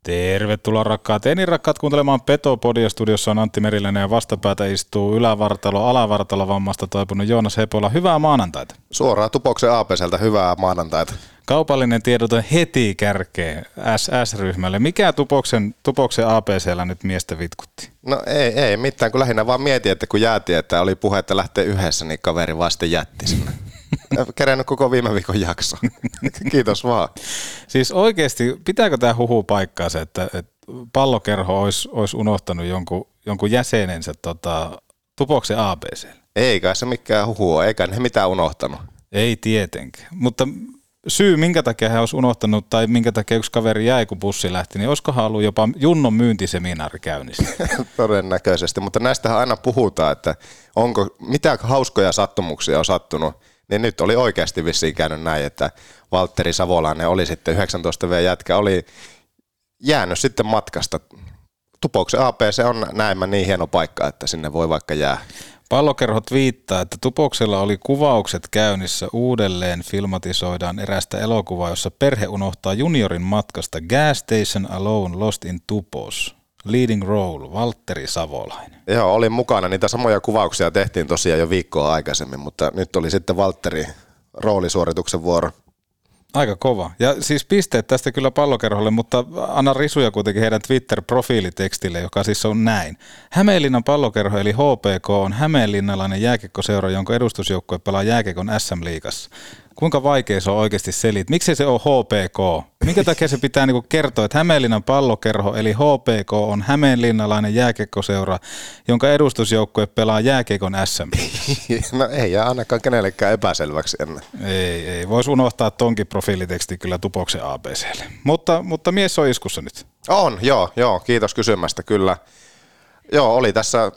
Tervetuloa rakkaat rakkaat kuuntelemaan Petopodia. Studiossa on Antti Meriläinen ja vastapäätä istuu alavartalovammasta toipunut Joonas Hepola. Hyvää maanantaita. Suoraan Tupoksen APC:ltä hyvää maanantaita. Kaupallinen tiedote heti kärkeen SS-ryhmälle. Mikä Tupoksen APC:llä nyt miestä vitkutti? No ei mitään, kun lähinnä vaan mietin, että kun jäätiin, että oli puhe, että lähtee yhdessä, niin kaveri vaan sitten jätti sinne. Kerennyt koko viime viikon jakso. Kiitos vaan. Siis oikeasti, pitääkö tämä huhu paikkaansa, että pallokerho olisi unohtanut jonkun jäsenensä Tupoksen APC:lle? Ei kai se mikään huhu ole, eikä ne mitään unohtanut. Ei tietenkään, mutta syy minkä takia hän olisi unohtanut tai minkä takia yksi kaveri jäi kun bussi lähti, niin olisikohan ollut jopa Junnon myyntiseminaari käynnissä? Todennäköisesti, mutta näistähän aina puhutaan, että onko mitä hauskoja sattumuksia on sattunut. Niin nyt oli oikeasti vissiin käynyt näin, että Valtteri Savolainen oli sitten 19V-jätkä, oli jäänyt sitten matkasta. Tupoksen APC on näemmä niin hieno paikka, että sinne voi vaikka jää. Pallokerho twiittaa, että Tupoksella oli kuvaukset käynnissä, uudelleen filmatisoidaan erästä elokuvaa, jossa perhe unohtaa juniorin matkasta. Gas Station Alone Lost in Tupos. Leading role, Valtteri Savolainen. Joo, olin mukana. Niitä samoja kuvauksia tehtiin tosiaan jo viikkoa aikaisemmin, mutta nyt oli sitten Valtteri roolisuorituksen vuoro. Aika kova. Ja siis pisteet tästä kyllä Pallokerholle, mutta anna risuja kuitenkin heidän Twitter-profiilitekstille, joka siis on näin. Hämeenlinnan Pallokerho eli HPK on hämeenlinnalainen jääkiekkoseura, jonka edustusjoukkue pelaa jääkiekon SM-liigassa. Kuinka vaikea se on oikeasti selittää? Miksi se on HPK? Minkä takia se pitää niinku kertoa, että Hämeenlinnan Pallokerho eli HPK on hämeenlinnalainen jääkiekkoseura, jonka edustusjoukkue pelaa jääkiekon SM-liigassa? No ei jää ainakaan kenellekään epäselväksi ennen. Ei. Voisi unohtaa tonkin profiiliteksti kyllä Tupoksen ABC:lle. Mutta mies on iskussa nyt. On, joo. Kiitos kysymästä kyllä. Joo, oli tässä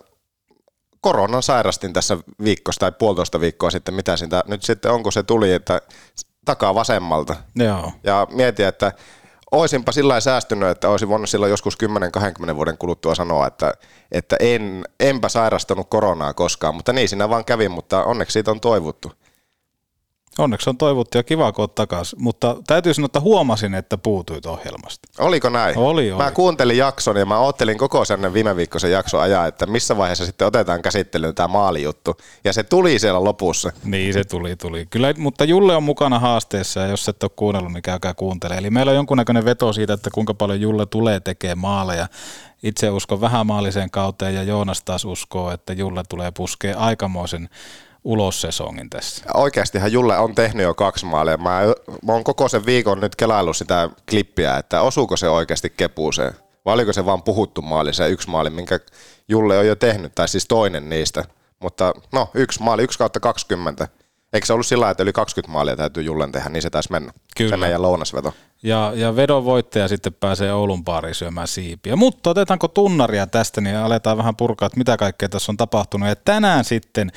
koronan sairastin tässä viikosta tai puolitoista viikkoa sitten, mitä siitä nyt sitten onko se tuli, että takaa vasemmalta. Joo. Ja mietin, että olisinpa sillä lailla säästynyt, että olisin voinut silloin joskus 10-20 vuoden kuluttua sanoa, että enpä sairastanut koronaa koskaan, mutta niin siinä vaan kävi, mutta onneksi siitä on toivottu. Onneksi on toivottu ja kiva, kun oot takaisin, mutta täytyy sanoa, että huomasin, että puutuit ohjelmasta. Oliko näin? Oli. Mä kuuntelin jakson ja mä oottelin koko sen viime viikkoisen jakson ajan, että missä vaiheessa sitten otetaan käsittelyyn tämä maalijuttu. Ja se tuli siellä lopussa. Niin se tuli. Kyllä, mutta Julle on mukana haasteessa ja jos et ole kuunnellut, niin käykää kuuntelemaan. Eli meillä on jonkunnäköinen veto siitä, että kuinka paljon Julle tulee tekemään maaleja. Itse uskon vähämaaliseen kauteen ja Joonas taas uskoo, että Julle tulee puskea aikamoisen ulossesongin tässä. Oikeastihan Julle on tehnyt jo 2 maalia. Mä oon koko sen viikon nyt kelaillut sitä klippiä, että osuuko se oikeasti kepuuseen. Vai oliko se vaan puhuttu maali, se 1 maali, minkä Julle on jo tehnyt, tai siis toinen niistä. Mutta 1 maali, 1/20. Eikö se ollut sillä lailla, että yli 20 maalia täytyy Jullen tehdä, niin se taisi mennä. Kyllä. Se meidän lounasveto. Ja vedon voittaja sitten pääsee Oulun baariin syömään siipiä. Mutta otetaanko tunnaria tästä, niin aletaan vähän purkaa, että mitä kaikkea tässä on tapahtunut. Ja tänään sitten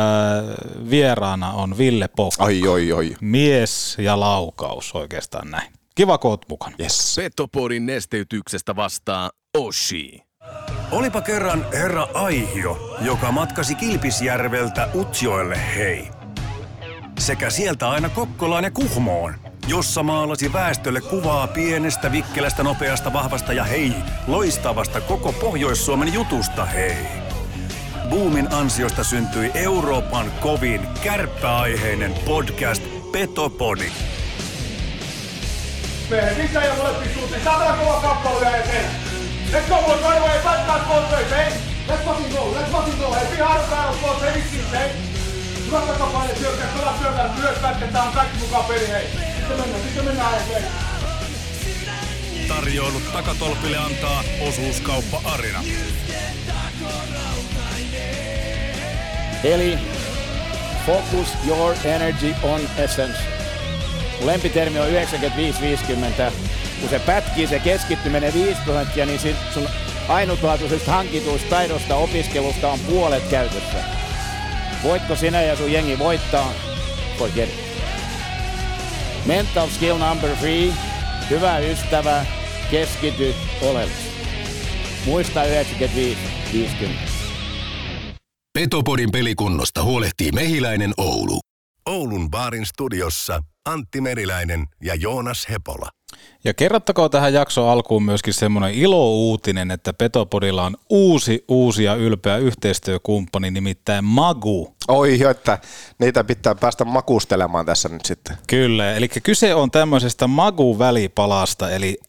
vieraana on Ville Pokka. Oi. Mies ja laukaus oikeastaan näin. Kiva, kun oot mukana. Yes. Petopodin nesteytyksestä vastaa Oshi. Olipa kerran herra Aihio, joka matkasi Kilpisjärveltä Utsjoelle hei. Sekä sieltä aina Kokkolaan ja Kuhmoon, jossa maalasi väestölle kuvaa pienestä, vikkelästä, nopeasta, vahvasta ja hei, loistavasta koko Pohjois-Suomen jutusta hei. Boomin ansiosta syntyi Euroopan kovin kärppäaiheinen podcast Petopodi. Mehän sisään ja molempiin suuntiin. Saadaan kova kappale vielä eteen. Let's go, boys, right away. Let's go, boys, hey. Let's fucking go. Hey, be hard on boys, hey, vittiin, hey. Hyvä takapaine syökkää, kova syökkää, myös pätketään kaikki mukaan peli, hei. Sitten mennään, hei. Tarjoilut takatolpille antaa osuuskauppa Arina. Eli focus your energy on essence. Lempitermi on 95-50. Kun se pätkii, se keskittyminen 5%, niin sit sun ainutlaatuisesta hankituista taidosta opiskelusta on puolet käytössä. Voitko sinä ja sun jengi voittaa? Forget it. Mental skill number 3. Hyvä ystävä, keskity oleellisesti. Muista 95-50. Petopodin pelikunnosta huolehtii Mehiläinen Oulu. Oulun baarin studiossa Antti Meriläinen ja Joonas Hepola. Ja kerrottakoon tähän jakson alkuun myöskin semmoinen ilouutinen, että Petopodilla on uusi ja ylpeä yhteistyökumppani, nimittäin Magu. Oi, että niitä pitää päästä makustelemaan tässä nyt sitten. Kyllä, eli kyse on tämmöisestä Magu-välipalasta, eli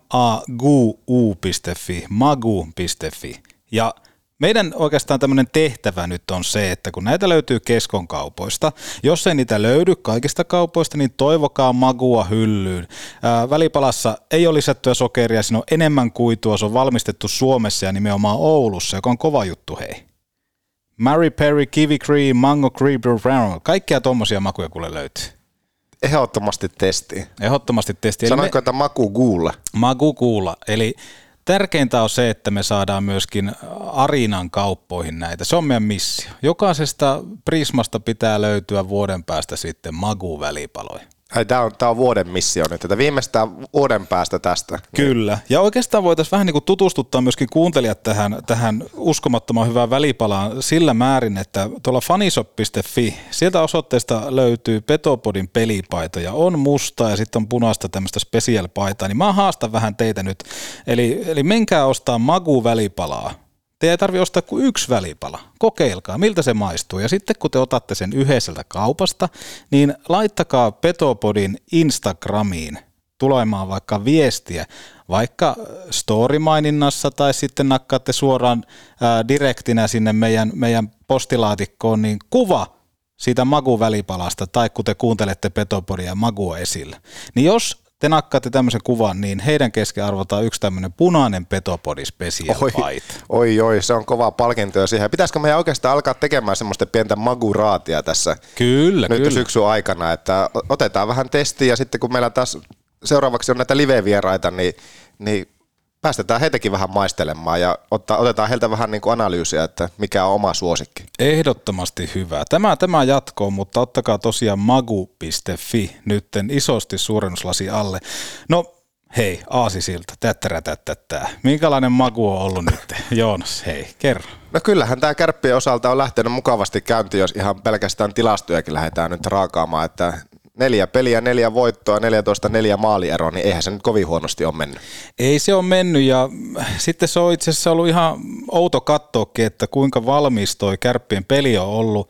magu.fi, ja meidän oikeastaan tämmöinen tehtävä nyt on se, että kun näitä löytyy Keskon kaupoista, jos ei niitä löydy kaikista kaupoista, niin toivokaa Magua hyllyyn. Välipalassa ei ole lisättyä sokeria, siinä on enemmän kuitua, se on valmistettu Suomessa ja nimenomaan Oulussa, joka on kova juttu, hei. Mary Perry, Kiwi Cream, Mango Creeper Brown, kaikkia tommosia makuja kuule löytyy. Ehdottomasti testi. Ehdottomasti testi. Sanoinko, että Magu Guulla? Magu Guulla, eli tärkeintä on se, että me saadaan myöskin Arinan kauppoihin näitä. Se on meidän missio. Jokaisesta Prismasta pitää löytyä vuoden päästä sitten Magu-välipaloja. Tämä on vuoden missio nyt, että viimeistään vuoden päästä tästä. Kyllä, ja oikeastaan voitaisiin vähän niin kuin tutustuttaa myöskin kuuntelijat tähän uskomattoman hyvään välipalaan sillä määrin, että tuolla funnyshop.fi, sieltä osoitteesta löytyy Petopodin pelipaitoja, on mustaa ja sitten on punaista tämmöistä special-paitaa, niin mä haastan vähän teitä nyt, eli menkää ostaa Magu-välipalaa. Te ei tarvitse ostaa kuin yksi välipala. Kokeilkaa, miltä se maistuu. Ja sitten kun te otatte sen yhdeltä kaupasta, niin laittakaa Petopodin Instagramiin tulemaan vaikka viestiä, vaikka story-maininnassa tai sitten nakkaatte suoraan direktinä sinne meidän postilaatikkoon, niin kuva siitä Magu-välipalasta tai kun te kuuntelette Petopodia ja Magua esillä. Niin jos te nakkaatte tämmöisen kuvan, niin heidän kesken arvotaan yksi tämmöinen punainen Petopodi special paita. Oi, se on kova palkinto jo siihen. Pitäisikö meidän oikeastaan alkaa tekemään semmoista pientä maguraatia tässä Kyllä. syksyn aikana, että otetaan vähän testiä ja sitten kun meillä taas seuraavaksi on näitä live-vieraita, niin päästetään heitäkin vähän maistelemaan ja otetaan heiltä vähän niin kuin analyysiä, että mikä on oma suosikki. Ehdottomasti hyvä. Tämä jatkoo, mutta ottakaa tosiaan magu.fi nytten isosti suurennuslasi alle. No hei, aasisilta, tättärätättättää. Minkälainen Magu on ollut nyt? Joonas, hei, kerro. No kyllähän tämä Kärppien osalta on lähtenyt mukavasti käyntiin, jos ihan pelkästään tilastojakin lähdetään nyt raakaamaan, että 4 peliä, 4 voittoa, 14-4 maaliero, niin eihän se nyt kovin huonosti ole mennyt. Ei se ole mennyt ja sitten se on itse asiassa ollut ihan outo katsoakin, että kuinka valmis toi Kärppien peli on ollut.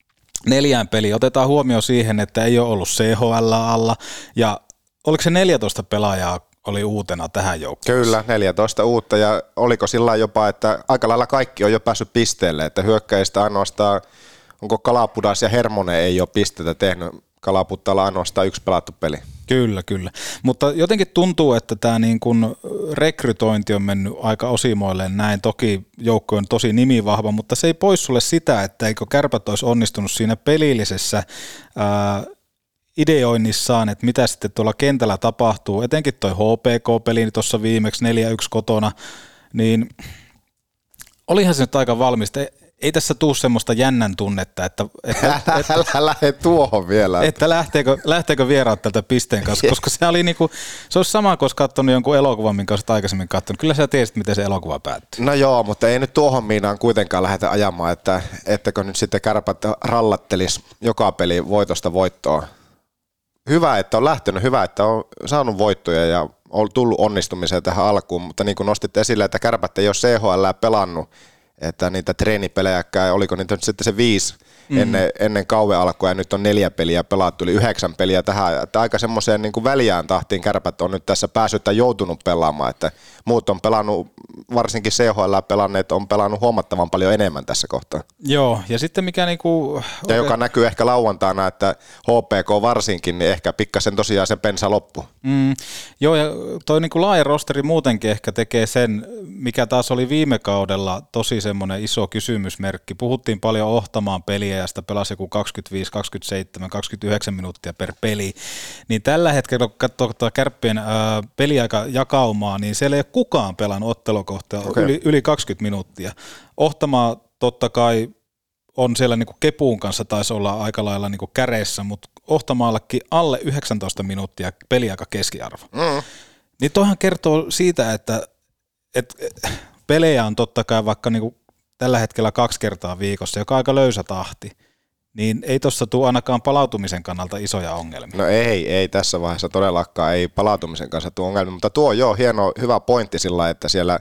4 peliä. Otetaan huomioon siihen, että ei ole ollut CHL alla ja oliko se 14 pelaajaa oli uutena tähän joukkueeseen? Kyllä, 14 uutta ja oliko sillä jopa, että aika lailla kaikki on jo päässyt pisteelle, että hyökkäistä ainoastaan, onko Kalapudas ja Hermonen ei ole pisteitä tehnyt. Kalaputtaalla on ainoastaan 1 pelattu peli. Kyllä. Mutta jotenkin tuntuu, että tämä niin kuin rekrytointi on mennyt aika osimoilleen näin. Toki joukko on tosi nimivahva, mutta se ei pois sulle sitä, että eikö Kärpät olisi onnistunut siinä pelillisessä ideoinnissaan, että mitä sitten tuolla kentällä tapahtuu. Etenkin toi HPK-peli tuossa viimeksi 4-1 kotona, niin olihan se nyt aika valmista. Ei tässä tule semmoista jännän tunnetta, että älä lähde tuohon vielä. Että lähteekö vieraat tältä pisteen kanssa, koska se oli niinku, se olisi sama, kun olisi katsonut jonkun elokuvan, minkä olisit aikaisemmin katsonut. Kyllä sä tiesit, miten se elokuva päättyy. No joo, mutta ei nyt tuohon miinaan kuitenkaan lähdetä ajamaan, ettäkö nyt sitten Kärpät rallattelisi joka peli voitosta voittoon. Hyvä, että on lähtenyt, hyvä, että on saanut voittoja ja on tullut onnistumiseen tähän alkuun, mutta niin kuin nostit esille, että Kärpät ei ole CHL pelannut, että niitä treenipelejäkään, oliko niitä nyt sitten se 5 ennen kauden alkua ja nyt on 4 peliä pelattu, eli 9 peliä tähän, että aika semmoiseen niin kuin väljään tahtiin Kärpät on nyt tässä päässyt tai joutunut pelaamaan, että muut on pelannut, varsinkin CHL pelanneet on pelannut huomattavan paljon enemmän tässä kohtaa. Joo, ja sitten mikä niinku... Ja joka näkyy ehkä lauantaina, että HPK varsinkin, niin ehkä pikkasen tosiaan se pensa loppu. Joo, ja toi niinku laaja rosteri muutenkin ehkä tekee sen, mikä taas oli viime kaudella tosi semmoinen iso kysymysmerkki. Puhuttiin paljon Ohtamaan peliä ja sitä pelasi joku 25, 27, 29 minuuttia per peli. Niin tällä hetkellä, kun katsoo Kärppien peliaika jakaumaa, niin siellä ei ole kukaan pelannut ottelukohtaa yli 20 minuuttia. Ohtamaa totta kai on siellä niinku Kepuun kanssa taisi olla aika lailla niinku käreissä, mutta Ohtamaallakin alle 19 minuuttia peliaika keskiarvo. Niin toihan kertoo siitä, että pelejä on totta kai vaikka niinku tällä hetkellä 2 kertaa viikossa, joka on aika löysä tahti, niin ei tuossa tule ainakaan palautumisen kannalta isoja ongelmia. No ei tässä vaiheessa todellakaan, ei palautumisen kanssa tuo ongelmia, mutta tuo on jo hyvä pointti sillä, että siellä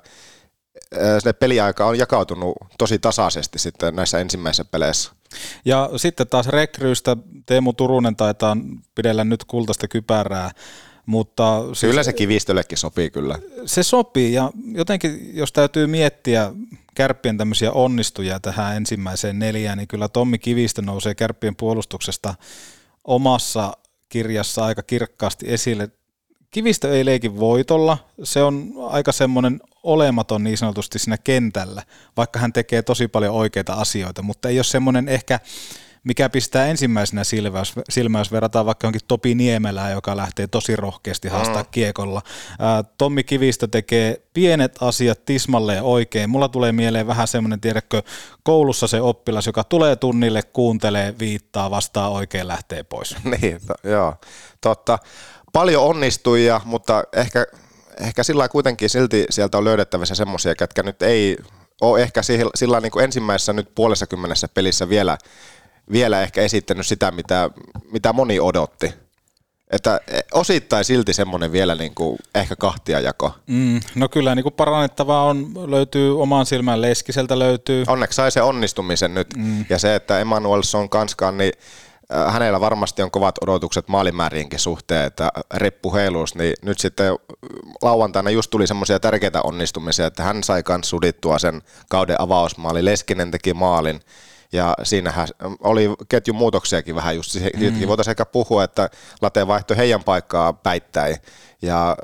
se peliaika on jakautunut tosi tasaisesti sitten näissä ensimmäisissä peleissä. Ja sitten taas rekryystä Teemu Turunen taitaa pidellä nyt kultaista kypärää, mutta kyllä se Kivistöllekin sopii kyllä. Se sopii ja jotenkin jos täytyy miettiä Kärppien tämmöisiä onnistujia tähän ensimmäiseen 4, niin kyllä Tommi Kivistö nousee Kärppien puolustuksesta omassa kirjassa aika kirkkaasti esille. Kivistö ei leiki voitolla, se on aika semmoinen olematon niin sanotusti siinä kentällä, vaikka hän tekee tosi paljon oikeita asioita, mutta ei ole semmoinen ehkä, mikä pistää ensimmäisenä silmään, jos verrataan vaikka johonkin Topi Niemelään, joka lähtee tosi rohkeasti haastaa kiekolla. Tommi Kivistö tekee pienet asiat tismalleen oikein. Mulla tulee mieleen vähän semmoinen, tiedätkö, koulussa se oppilas, joka tulee tunnille, kuuntelee, viittaa, vastaa oikein, lähtee pois. Niin, joo, totta. Paljon onnistujia, mutta ehkä sillä kuitenkin silti sieltä on löydettävissä semmoisia, ketkä nyt ei ole ehkä sillä niin kuin ensimmäisessä nyt 50 pelissä vielä ehkä esittänyt sitä, mitä moni odotti. Että osittain silti semmoinen vielä niin kuin ehkä kahtiajako. No kyllä niin kuin parannettavaa löytyy omaan silmään, Leskiseltä löytyy. Onneksi sai se onnistumisen nyt ja se, että Emanuelsson kanskaan, niin hänellä varmasti on kovat odotukset maalimääriinkin suhteen, että reppu heiluus, niin nyt sitten lauantaina just tuli semmoisia tärkeitä onnistumisia, että hän sai kans sudittua sen kauden avausmaali, Leskinen teki maalin, ja siinähän oli ketjumuutoksiakin vähän just, siitäkin voitaisiin ehkä puhua, että Late vaihtoi heidän paikkaa päittäin, ja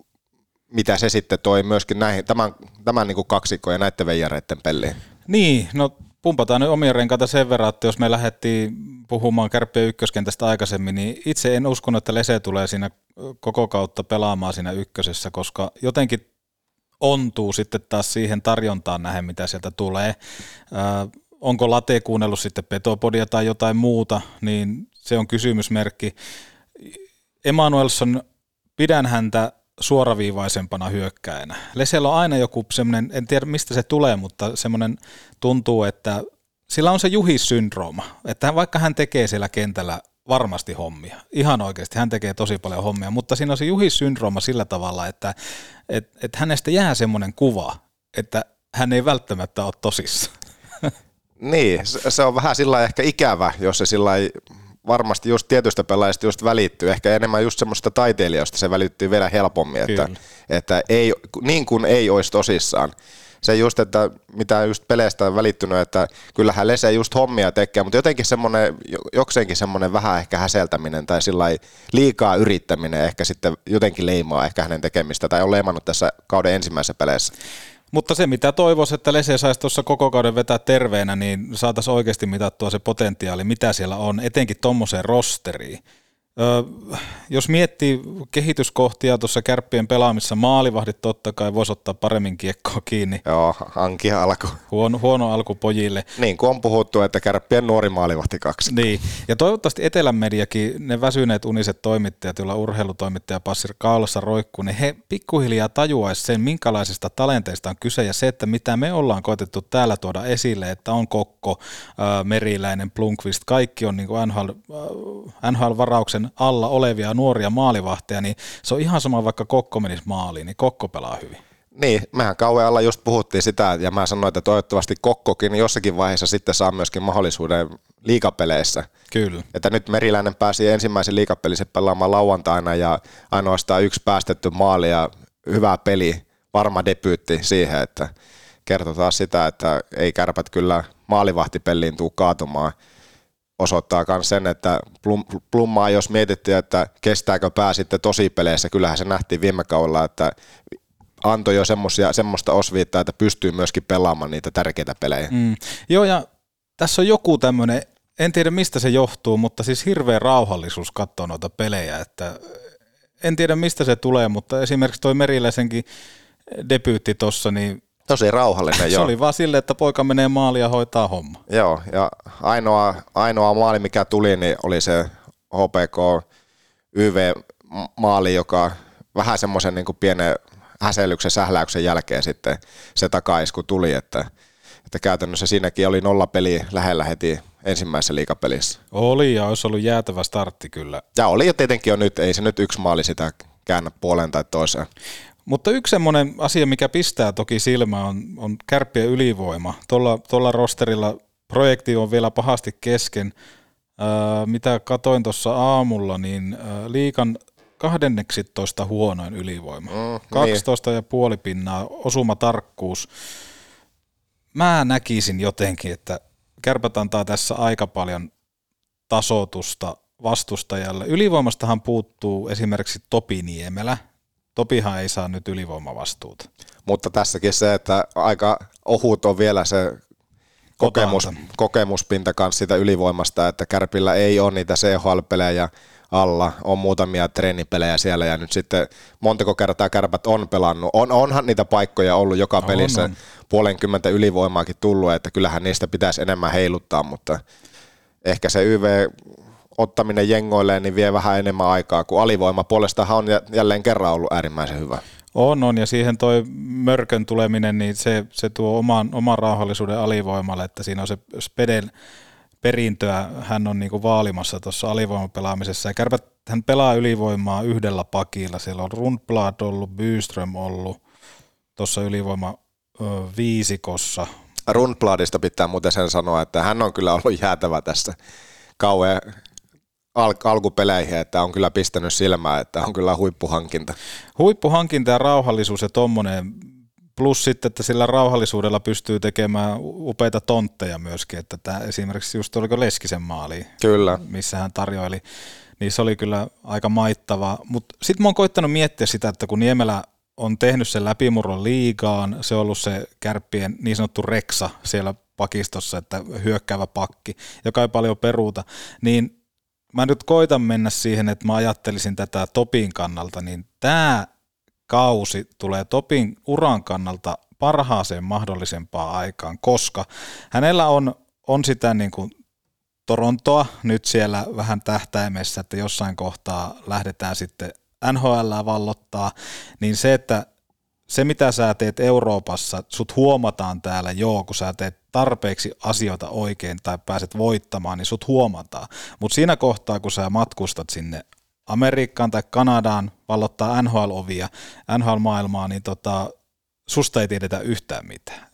mitä se sitten toi myöskin näihin, tämän niin kuin kaksikko ja näiden veijareiden peliin. Niin, no pumpataan nyt omia renkaita sen verran, että jos me lähdettiin puhumaan Kärppien ykköskentästä aikaisemmin, niin itse en uskonut, että Lese tulee siinä koko kautta pelaamaan siinä ykkösessä, koska jotenkin ontuu sitten taas siihen tarjontaan nähden, mitä sieltä tulee. Onko Late kuunnellut sitten Petopodia tai jotain muuta, niin se on kysymysmerkki. Emanuelsson, pidän häntä suoraviivaisempana hyökkäjänä. Lesellä on aina joku semmoinen, en tiedä mistä se tulee, mutta semmoinen tuntuu, että sillä on se Juhis-syndrooma, että vaikka hän tekee siellä kentällä varmasti hommia, ihan oikeasti hän tekee tosi paljon hommia, mutta siinä on se Juhis-syndrooma sillä tavalla, että hänestä jää semmoinen kuva, että hän ei välttämättä ole tosissaan. Niin, se on vähän sillä ehkä ikävä, jos se sillä varmasti just tietystä pelaajista just välittyy, ehkä enemmän just semmoista taiteilijoista se välittyy vielä helpommin, että ei, niin kuin ei olisi tosissaan. Se just, että mitä just peleistä on välittynyt, että kyllähän Lese just hommia tekee, mutta jotenkin semmoinen, jokseenkin semmoinen vähän ehkä häseltäminen tai sillai liikaa yrittäminen ehkä sitten jotenkin leimaa ehkä hänen tekemistä tai on leimannut tässä kauden ensimmäisessä peleissä. Mutta se, mitä toivoisi, että Lese saisi tuossa koko kauden vetää terveenä, niin saataisiin oikeasti mitattua se potentiaali, mitä siellä on, etenkin tuommoiseen rosteriin. Jos miettii kehityskohtia tuossa Kärppien pelaamissa, maalivahdit totta kai voisi ottaa paremmin kiekkoa kiinni. Joo, hankia alku. Huono alku pojille. Niin kuin on puhuttu, että Kärppien nuori maalivahti 2. Niin, ja toivottavasti Etelän mediakin, ne väsyneet uniset toimittajat, joilla urheilutoimittaja Passir kaulassa roikkuu, niin he pikkuhiljaa tajuaisi sen, minkälaisista talenteista on kyse, ja se, että mitä me ollaan koetettu täällä tuoda esille, että on Kokko, Meriläinen, Blomqvist, kaikki on niin kuin NHL-varauksen alla olevia nuoria maalivahteja, niin se on ihan sama, vaikka Kokko menisi maaliin, niin Kokko pelaa hyvin. Niin, mehän kauan alla just puhuttiin sitä, ja mä sanoin, että toivottavasti Kokkokin jossakin vaiheessa sitten saa myöskin mahdollisuuden liigapeleissä. Kyllä. Että nyt Meriläinen pääsi ensimmäisen liigapelissä pelaamaan lauantaina, ja ainoastaan 1 päästetty maali ja hyvä peli, varma debyytti siihen, että kertoo taas sitä, että ei Kärpät kyllä maalivahtipeliin tule kaatumaan. Osoittaa myös sen, että Plummaa jos mietittiin, että kestääkö pää sitten tosipeleissä, kyllähän se nähtiin viime kaudella, että antoi jo semmoista osviittaa, että pystyy myöskin pelaamaan niitä tärkeitä pelejä. Joo, ja tässä on joku tämmöinen, en tiedä mistä se johtuu, mutta siis hirveä rauhallisuus katsoa noita pelejä, että en tiedä mistä se tulee, mutta esimerkiksi toi Meriläisenkin debyytti tuossa, niin tosi rauhallinen, se oli vaan silleen, että poika menee maaliin ja hoitaa homma. Joo, ja ainoa maali, mikä tuli, niin oli se HPK YV-maali, joka vähän semmoisen niin kuin pienen häsellyksen, sähläyksen jälkeen sitten se takaisku tuli, että Että käytännössä siinäkin oli 0 peliä lähellä heti ensimmäisessä liigapelissä. Oli ja olisi ollut jäätävä startti kyllä. Ja oli ja tietenkin jo nyt, ei se nyt yksi maali sitä käännä puoleen tai toiseen. Mutta yksi semmoinen asia, mikä pistää toki silmään, on Kärppien ylivoima. Tuolla rosterilla projekti on vielä pahasti kesken. Mitä katoin tuossa aamulla, niin liigan 12 huonoin ylivoima. 12,5 pinnaa, osumatarkkuus. Mä näkisin jotenkin, että Kärpät antaa tässä aika paljon tasoitusta vastustajalle. Ylivoimastahan puuttuu esimerkiksi Topi Niemelä. Topihan ei saa nyt ylivoimavastuuta. Mutta tässäkin se, että aika ohut on vielä se kokemuspinta kanssa sitä ylivoimasta, että Kärpillä ei ole niitä CHL-pelejä alla, on muutamia treenipelejä siellä ja nyt sitten montako kertaa Kärpät on pelannut. Onhan niitä paikkoja ollut joka pelissä, 50 ylivoimaakin tullut, että kyllähän niistä pitäisi enemmän heiluttaa, mutta ehkä se YV ottaminen jengoilleen niin vie vähän enemmän aikaa, kun alivoima puolestaan on jälleen kerran ollut äärimmäisen hyvä. On, ja siihen toi Mörkön tuleminen, niin se tuo oman rauhallisuuden alivoimalle, että siinä on se Speden perintöä, hän on niinku vaalimassa tuossa alivoimapelaamisessa, ja Kärpät hän pelaa ylivoimaa yhdellä pakilla, siellä on Rundblad ollut, Byström ollut tuossa ylivoima viisikossa. Rundbladista pitää muuten sen sanoa, että hän on kyllä ollut jäätävä tässä kauan alkupeleihin, että on kyllä pistänyt silmään, että on kyllä huippuhankinta. Huippuhankinta ja rauhallisuus ja tommonen, plus sitten, että sillä rauhallisuudella pystyy tekemään upeita tontteja myöskin, että tämä esimerkiksi just oliko Leskisen maali, kyllä, missä hän tarjoili, niin se oli kyllä aika maittavaa, mutta sitten mä oon koittanut miettiä sitä, että kun Niemelä on tehnyt sen läpimurron liigaan, se on ollut se Kärppien niin sanottu reksa siellä pakistossa, että hyökkäävä pakki, joka ei paljon peruuta, niin mä nyt koitan mennä siihen, että mä ajattelisin tätä Topin kannalta, niin tämä kausi tulee Topin uran kannalta parhaaseen mahdollisempaan aikaan, koska hänellä on sitä niin kuin Torontoa nyt siellä vähän tähtäimessä, että jossain kohtaa lähdetään sitten NHL:ää vallottaa, niin se mitä sä teet Euroopassa, sut huomataan täällä kun sä teet tarpeeksi asioita oikein tai pääset voittamaan, niin sut huomataan. Mutta siinä kohtaa, kun sä matkustat sinne Amerikkaan tai Kanadaan, vallottaa NHL-ovia, NHL-maailmaa, niin susta ei tiedetä yhtään mitään.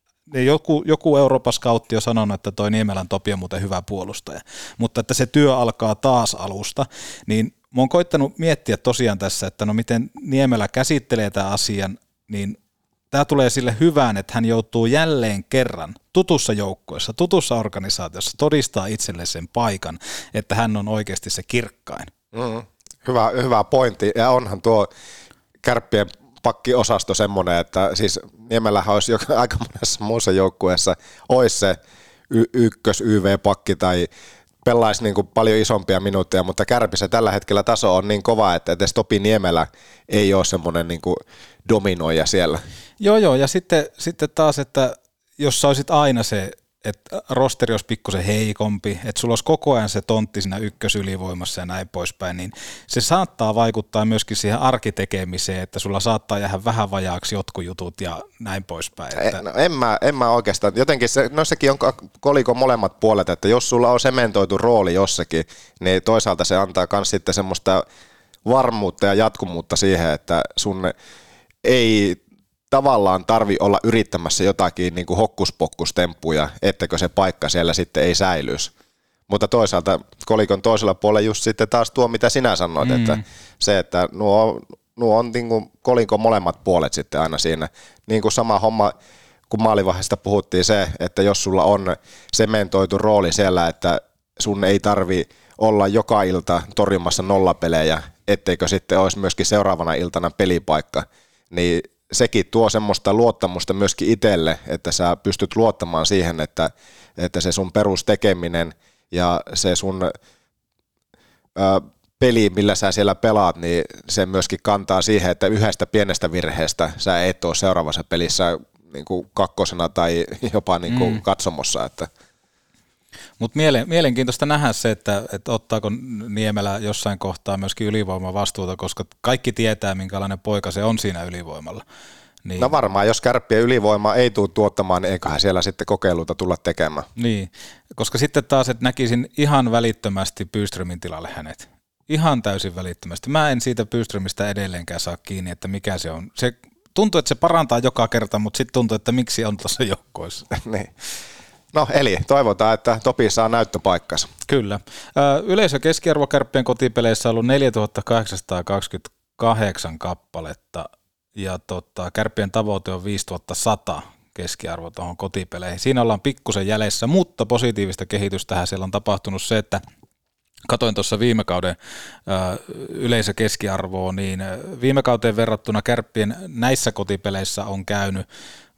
Joku Euroopan scoutti on sanonut, että toi Niemelän Topi on muuten hyvä puolustaja, mutta että se työ alkaa taas alusta, niin mä oon koittanut miettiä tosiaan tässä, että no miten Niemelä käsittelee tämän asian, niin tämä tulee sille hyvään, että hän joutuu jälleen kerran tutussa joukkueessa, tutussa organisaatiossa todistaa itselle sen paikan, että hän on oikeasti se kirkkain. Hyvä pointti, ja onhan tuo Kärppien pakkiosasto semmoinen, että siis Niemelähän olisi aika monessa muussa joukkueessa olisi se ykkös YV-pakki tai pelaisi niin kuin paljon isompia minuutteja, mutta Kärpissä tällä hetkellä taso on niin kova, että edes Topi Niemelä ei ole semmoinen niin kuin dominoija siellä. Joo, ja sitten taas, että jos sä olisit aina se, että rosteri olisi pikkusen heikompi, että sulla olisi koko ajan se tontti siinä ykkösylivoimassa ja näin poispäin, niin se saattaa vaikuttaa myöskin siihen arkitekemiseen, että sulla saattaa jäädä vähän vajaaksi jotkut jutut ja näin poispäin. Että No, en mä oikeastaan, jotenkin sekin on kolikon molemmat puolet, että jos sulla on sementoitu rooli jossakin, niin toisaalta se antaa myös sitten semmoista varmuutta ja jatkumuutta siihen, että sun ei tavallaan tarvi olla yrittämässä jotakin niin kuin hokkuspokkustemppuja, ettäkö se paikka siellä sitten ei säilyisi. Mutta toisaalta kolikon toisella puolella just sitten taas tuo, mitä sinä sanoit, että se, että nuo on niin kuin kolikon molemmat puolet sitten aina siinä. Niin kuin sama homma, kun maalivahdesta puhuttiin se, että jos sulla on sementoitu rooli siellä, että sun ei tarvi olla joka ilta torjumassa nollapelejä, etteikö sitten olisi myöskin seuraavana iltana pelipaikka, niin sekin tuo semmoista luottamusta myöskin itselle, että sä pystyt luottamaan siihen, että se sun perustekeminen ja se sun peli, millä sä siellä pelaat, niin se myöskin kantaa siihen, että yhdestä pienestä virheestä sä et ole seuraavassa pelissä niin kuin kakkosena tai jopa niin kuin katsomossa. Että. Mutta mielenkiintoista nähdä se, että ottaako Niemelä jossain kohtaa myöskin ylivoimavastuuta, koska kaikki tietää, minkälainen poika se on siinä ylivoimalla. Niin. No varmaan, jos Kärppien ylivoima ei tule tuottamaan, niin eiköhän siellä sitten kokeiluita tulla tekemään. Niin, koska sitten taas, että näkisin ihan välittömästi Byströmin tilalle hänet. Ihan täysin välittömästi. Mä en siitä Byströmistä edelleenkään saa kiinni, että mikä se on. Se tuntuu, että se parantaa joka kerta, mutta sitten tuntuu, että miksi on tuossa joukkoissa. Niin. No eli toivotaan, että Topi saa näyttöpaikkansa. Kyllä. Yleisö keskiarvo Kärppien kotipeleissä on ollut 4828 kappaletta ja Kärppien tavoite on 5100 keskiarvo tuohon kotipeleihin. Siinä ollaan pikkusen jäljessä, mutta positiivista kehitystähän siellä on tapahtunut se, että katoin tuossa viime kauden yleisökeskiarvoa, niin viime kauteen verrattuna Kärppien näissä kotipeleissä on käynyt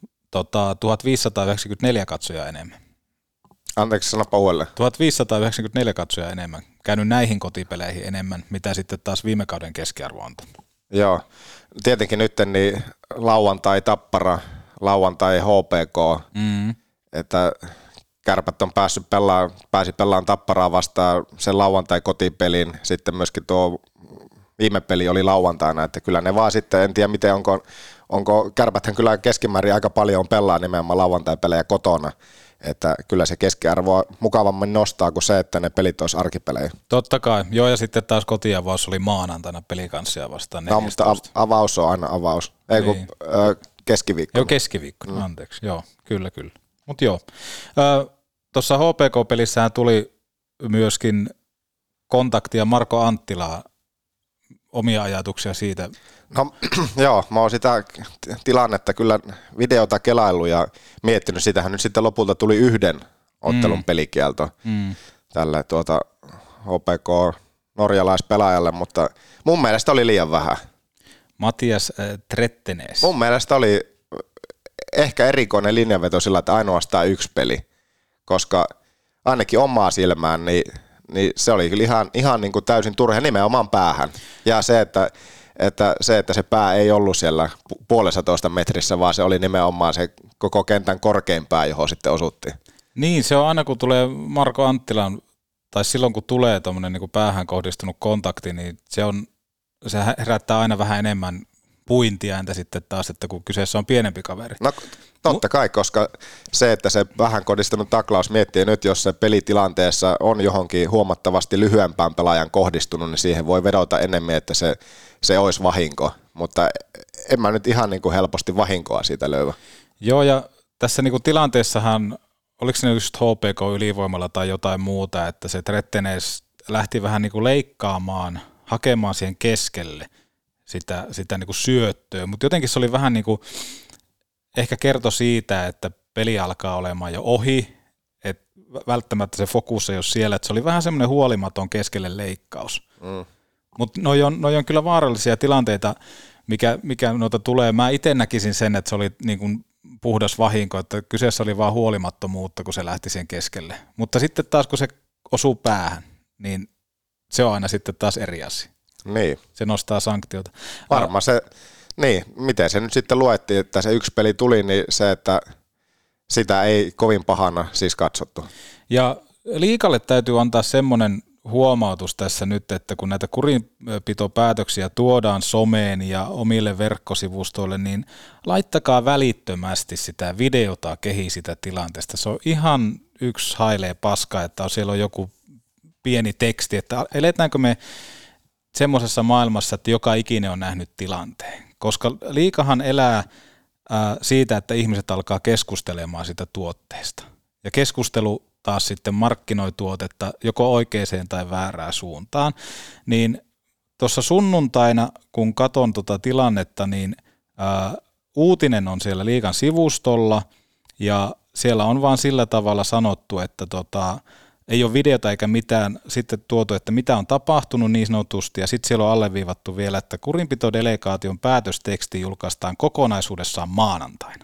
1594 katsojaa enemmän. Anteeksi, sanoppa uudelleen. 1594 katsojaa enemmän. Käynyt näihin kotipeleihin enemmän, mitä sitten taas viime kauden keskiarvo on. Joo. Tietenkin nyt niin lauantai Tappara, lauantai HPK, että Kärpät on pääsi pelaamaan Tapparaa vastaan sen lauantai kotipelin, sitten myöskin tuo viime peli oli lauantaina, että kyllä ne vaan sitten, en tiedä miten onko Kärpäthän kyllä keskimäärin aika paljon pelaa nimenomaan lauantai-pelejä kotona, että kyllä se keskiarvoa mukavammin nostaa kuin se, että ne pelit olisi arkipelejä. Totta kai, joo, ja sitten taas kotiavaus oli maanantaina pelikanssia vastaan. No, mutta avaus on aina avaus, ei kun keskiviikko. Joo, keskiviikko, anteeksi, joo, kyllä. Mutta joo, tuossa HPK-pelissähän tuli myöskin kontaktia Marko Anttilaa, omia ajatuksia siitä. No joo, mä oon sitä tilannetta kyllä videota kelaillut ja miettinyt, sitähän nyt sitten lopulta tuli yhden ottelun pelikielto tälle HPK norjalaispelaajalle, mutta mun mielestä oli liian vähän. Matias Trettenes. Mun mielestä oli ehkä erikoinen linjanveto sillä, että ainoastaan yksi peli, koska ainakin omaa silmään, niin se oli kyllä ihan niin kuin täysin turha nimenomaan päähän. Ja se, että se pää ei ollut siellä 1,5 metrissä, vaan se oli nimenomaan se koko kentän korkein pää, johon sitten osuttiin. Niin, se on aina kun tulee Marko Anttilan, tai silloin kun tulee tuommoinen niin kuin päähän kohdistunut kontakti, niin se herättää aina vähän enemmän puintiääntä sitten taas, että kun kyseessä on pienempi kaveri. No totta kai, koska se, että se vähän kodistunut taklaus miettii nyt, jos se pelitilanteessa on johonkin huomattavasti lyhyempään pelaajan kohdistunut, niin siihen voi vedota enemmän, että se olisi vahinko, mutta en mä nyt ihan niin kuin helposti vahinkoa siitä löyvä. Joo, ja tässä niin kuin tilanteessahan, oliko se just HPK ylivoimalla tai jotain muuta, että se Trettenes lähti vähän niin kuin leikkaamaan, hakemaan siihen keskelle sitä niin kuin syöttöä, mutta jotenkin se oli vähän niin kuin, ehkä kertoi siitä, että peli alkaa olemaan jo ohi, että välttämättä se fokus ei ole siellä, että se oli vähän semmoinen huolimaton keskelle leikkaus. Mutta noi on kyllä vaarallisia tilanteita, mikä noita tulee. Mä itse näkisin sen, että se oli niin kuin puhdas vahinko, että kyseessä oli vaan huolimattomuutta, kun se lähti siihen keskelle. Mutta sitten taas, kun se osuu päähän, niin se on aina sitten taas eri asia. Niin. Se nostaa sanktiota. Varmaan se, niin, miten se nyt sitten luettiin, että se yksi peli tuli, niin se, että sitä ei kovin pahana siis katsottu. Ja liikalle täytyy antaa semmoinen huomautus tässä nyt, että kun näitä kurinpitopäätöksiä tuodaan someen ja omille verkkosivustoille, niin laittakaa välittömästi sitä videota kehi sitä tilanteesta. Se on ihan yksi hailee paska, että siellä on joku pieni teksti, että eletäänkö me semmoisessa maailmassa, että joka ikinen on nähnyt tilanteen, koska liikahan elää siitä, että ihmiset alkaa keskustelemaan sitä tuotteesta. Ja keskustelu taas sitten markkinoi tuotetta joko oikeaan tai väärään suuntaan. Niin tuossa sunnuntaina, kun katon tuota tilannetta, niin uutinen on siellä liigan sivustolla ja siellä on vaan sillä tavalla sanottu, että ei ole videota eikä mitään sitten tuotu, että mitä on tapahtunut niin sanotusti, ja sitten siellä on alleviivattu vielä, että kurinpitodelegaation päätösteksti julkaistaan kokonaisuudessaan maanantaina.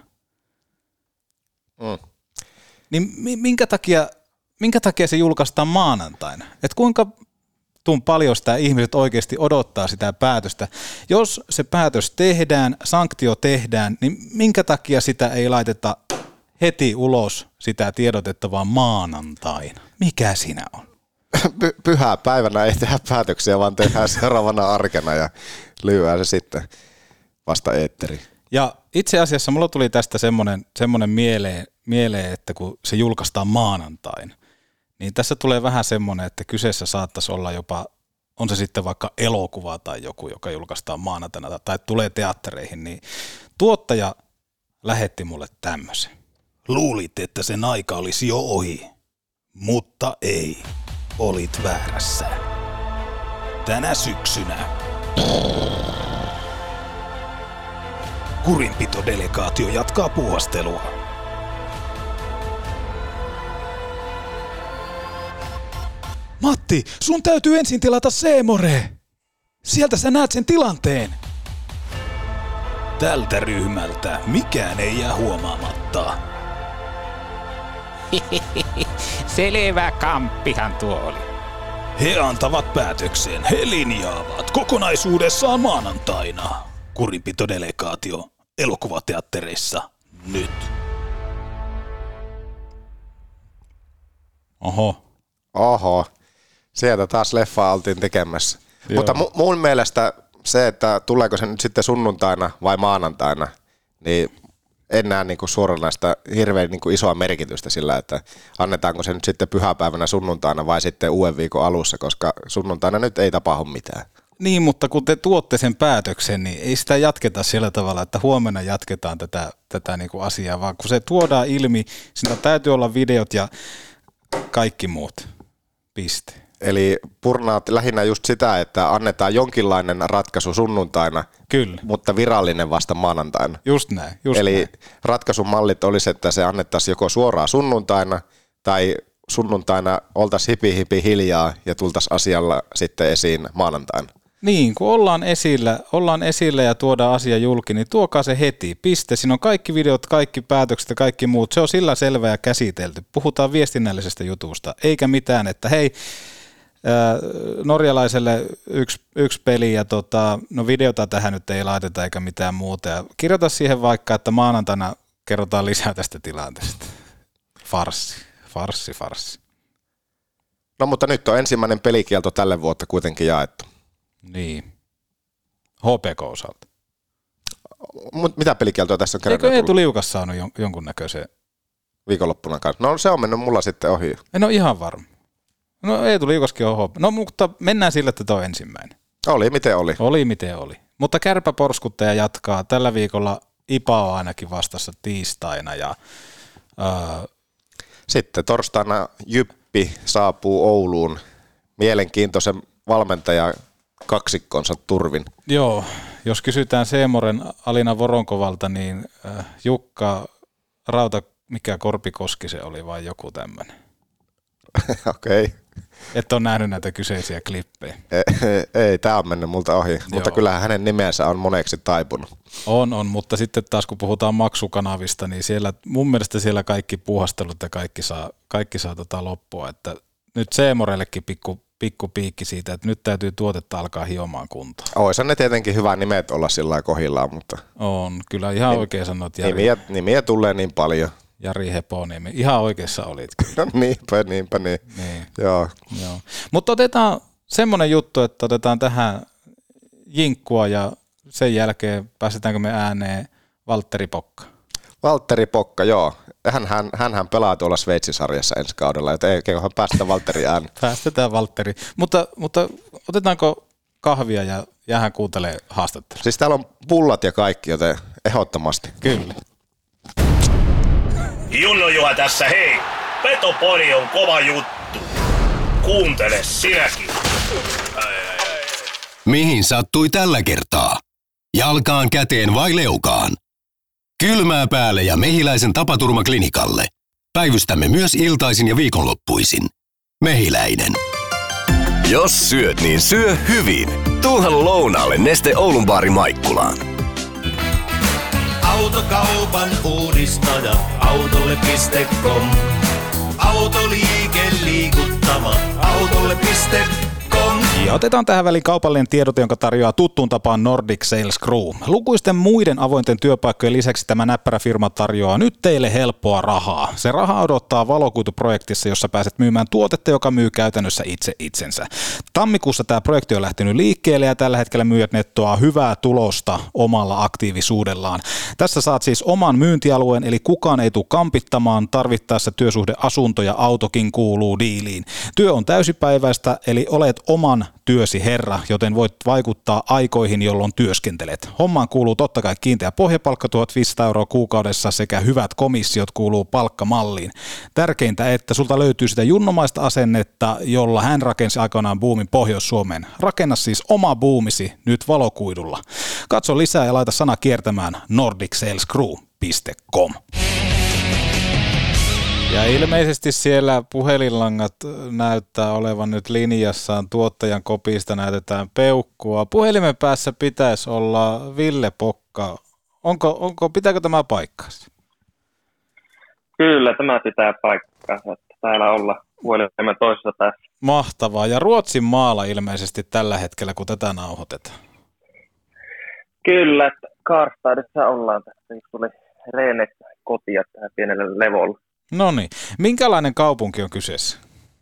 Niin minkä takia se julkaistaan maanantaina? Että kuinka paljon sitä ihmiset oikeasti odottaa sitä päätöstä? Jos se päätös tehdään, sanktio tehdään, niin minkä takia sitä ei laiteta heti ulos sitä tiedotetta vaan maanantaina? Mikä siinä on? Pyhää päivänä ei tehdä päätöksiä, vaan tehdään seuraavana arkena ja lyödään se sitten vasta eetteriin. Ja itse asiassa mulla tuli tästä semmoinen mieleen, että kun se julkaistaan maanantain, niin tässä tulee vähän semmoinen, että kyseessä saattaisi olla jopa, on se sitten vaikka elokuva tai joku, joka julkaistaan maanantaina tai tulee teattereihin, niin tuottaja lähetti mulle tämmöisen. Luulit, että sen aika olisi jo ohi, mutta ei, olit väärässä. Tänä syksynä kurinpitodelegaatio jatkaa puuhastelua. Matti, sun täytyy ensin tilata C-more. Sieltä sä näet sen tilanteen. Tältä ryhmältä mikään ei jää huomaamatta. Selvä kamppihan tuo oli. He antavat päätöksen, he linjaavat kokonaisuudessaan maanantaina. Kurinpitodelegaatio elokuvateattereissa nyt. Oho, sieltä taas leffaa oltiin tekemässä. Joo. Mutta mun mielestä se, että tuleeko se nyt sitten sunnuntaina vai maanantaina, niin en näe niinku suoranaista hirveän niinku isoa merkitystä sillä, että annetaanko se nyt sitten pyhäpäivänä sunnuntaina vai sitten uuden viikon alussa, koska sunnuntaina nyt ei tapahdu mitään. Niin, mutta kun te tuotte sen päätöksen, niin ei sitä jatketa sillä tavalla, että huomenna jatketaan tätä niinku asiaa, vaan kun se tuodaan ilmi, siinä täytyy olla videot ja kaikki muut. Piste. Eli purnaat lähinnä just sitä, että annetaan jonkinlainen ratkaisu sunnuntaina, kyllä, mutta virallinen vasta maanantaina. Just näin. Eli ratkaisumallit olisi, että se annettaisiin joko suoraan sunnuntaina tai sunnuntaina oltaisiin hipi hiljaa ja tultaisiin asialla sitten esiin maanantaina. Niin, kun ollaan esillä ja tuodaan asia julki, niin tuokaa se heti. Piste. Siinä on kaikki videot, kaikki päätökset ja kaikki muut. Se on sillä selvä ja käsitelty. Puhutaan viestinnällisestä jutusta, eikä mitään, että hei, norjalaiselle yksi peli ja no videota tähän nyt ei laiteta eikä mitään muuta. Ja kirjoita siihen vaikka, että maanantaina kerrotaan lisää tästä tilanteesta. Farssi. No mutta nyt on ensimmäinen pelikielto tälle vuotta kuitenkin jaettu. Niin. HPK-osalta. Mitä pelikieltoa tässä on kerran? Eikö Eetu Liukas saanut jonkunnäköisen? Viikonloppuna kanssa. No se on mennyt mulla sitten ohi. En ole ihan varma. No Eetu Liukaskin on HP. No mutta mennään sille, että tämä on ensimmäinen. Oli miten oli. Oli miten oli. Mutta kärpäporskuttaja jatkaa. Tällä viikolla IPA on ainakin vastassa tiistaina. Ja, sitten torstaina Jyppi saapuu Ouluun mielenkiintoisen valmentaja kaksikkonsa turvin. Joo, jos kysytään Seemoren Alina Voronkovalta, niin Jukka Rauta, mikä Korpikoski se oli vai joku tämmöinen? Okei. Et ole nähnyt näitä kyseisiä klippejä. Ei, tämä on mennyt multa ohi, mutta kyllähän hänen nimensä on moneksi taipunut. On, mutta sitten taas kun puhutaan maksukanavista, niin siellä, mun mielestä siellä kaikki puuhastelut ja kaikki saa loppua, että nyt Seemorellekin pikku piikki siitä, että nyt täytyy tuotetta alkaa hiomaan kuntoon. Oishan ne tietenkin hyvä nimet olla sillä kohillaan, mutta... On, kyllä ihan oikein sanot. Nimiä tulee niin paljon. Jari Heponiemi, ihan oikeassa olit. No niinpä niin. Joo. Mutta otetaan semmoinen juttu, että otetaan tähän jinkkua ja sen jälkeen pääsetäänkö me ääneen Valtteri Pokka. Valtteri Pokka, joo. Hänhän pelaa tuolla Sveitsi-sarjassa ensi kaudella, joten eiköhän päästä Valtteri äänen. Päästetään Valtteri. Mutta otetaanko kahvia ja jäähän kuuntelee haastattelua? Siis täällä on pullat ja kaikki, joten ehdottomasti. Kyllä. Junno Juha tässä, hei! Petopori on kova juttu. Kuuntele sinäkin. Mihin sattui tällä kertaa? Jalkaan, käteen vai leukaan? Kylmää päälle ja Mehiläisen tapaturmaklinikalle. Päivystämme myös iltaisin ja viikonloppuisin. Mehiläinen. Jos syöt, niin syö hyvin. Tuuhan lounaalle Neste Oulun baari Maikkulaan. Autokaupan uudistaja, autolle.com. Autoliike liikuttava, autolle.com. Ja otetaan tähän väliin kaupallinen tiedote, jonka tarjoaa tuttuun tapaan Nordic Sales Crew. Lukuisten muiden avointen työpaikkojen lisäksi tämä näppärä firma tarjoaa nyt teille helppoa rahaa. Se raha odottaa valokuituprojektissa, jossa pääset myymään tuotetta, joka myy käytännössä itse itsensä. Tammikuussa tämä projekti on lähtenyt liikkeelle ja tällä hetkellä myyjät nettoaa hyvää tulosta omalla aktiivisuudellaan. Tässä saat siis oman myyntialueen, eli kukaan ei tule kampittamaan, tarvittaessa työsuhdeasunto ja autokin kuuluu diiliin. Työ on täysipäiväistä, eli olet oman työsi herra, joten voit vaikuttaa aikoihin, jolloin työskentelet. Hommaan kuuluu totta kai kiinteä pohjapalkka 1500 € kuukaudessa sekä hyvät komissiot kuuluu palkkamalliin. Tärkeintä, että sulta löytyy sitä junnomaista asennetta, jolla hän rakensi aikanaan boomin Pohjois-Suomeen. Rakenna siis oma boomisi nyt valokuidulla. Katso lisää ja laita sana kiertämään nordicsalescrew.com. Ja ilmeisesti siellä puhelinlangat näyttää olevan nyt linjassaan, tuottajan kopista näytetään peukkua. Puhelimen päässä pitäisi olla Ville Pokka. Pitääkö tämä paikkaansa? Kyllä, tämä pitää paikkaansa, että täällä olla puhelimen toisessa päässä. Mahtavaa. Ja Ruotsin maalla ilmeisesti tällä hetkellä, kun tätä nauhoitetaan. Kyllä, että Karstadissa ollaan tässä. Tuli Reene kotia tähän pienelle levolle. No niin. Minkälainen kaupunki on kyseessä?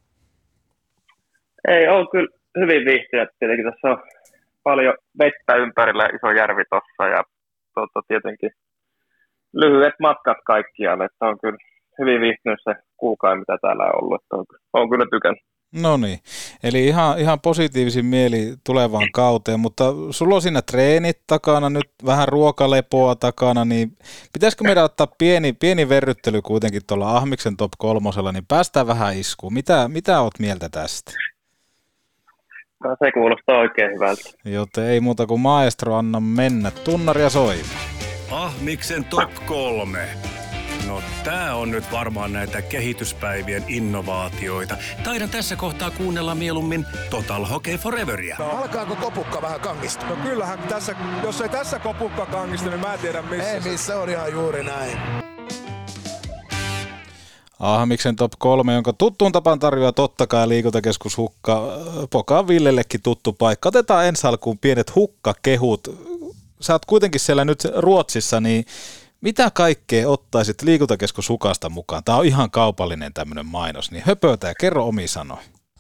Ei, on kyllä hyvin viihtynyt. Tietenkin tässä on paljon vettä ympärillä, iso järvi tuossa ja tietenkin lyhyet matkat kaikkialle. Että on kyllä hyvin viihtynyt se kuukausi, mitä täällä on ollut. On kyllä tykännyt. No niin, eli ihan positiivisin mieli tulevaan kauteen, mutta sulla on siinä treenit takana, nyt vähän ruokalepoa takana, niin pitäisikö meidän ottaa pieni verryttely kuitenkin tuolla Ahmiksen top 3, niin päästään vähän iskuun. Mitä oot mieltä tästä? No, se kuulostaa oikein hyvältä. Joten ei muuta kuin maestro, anna mennä, tunnaria soimaan. Ahmiksen top 3. No tää on nyt varmaan näitä kehityspäivien innovaatioita. Taidan tässä kohtaa kuunnella mieluummin Total Hockey Foreveria. Alkaako kopukka vähän kangista? No kyllähän tässä, jos ei tässä kopukka kangista, niin mä en tiedä missä. Ei missä, on ihan juuri näin. Ahmiksen top 3, jonka tuttuun tapaan tarjoaa totta kai liikuntakeskus Hukka. Poka Villellekin tuttu paikka. Otetaan ensi alkuun pienet hukkakehut. Sä oot kuitenkin siellä nyt Ruotsissa, niin mitä kaikkea ottaisit liikuntakeskus Hukasta mukaan? Tämä on ihan kaupallinen tämmöinen mainos, niin höpötä ja kerro omi sanoin.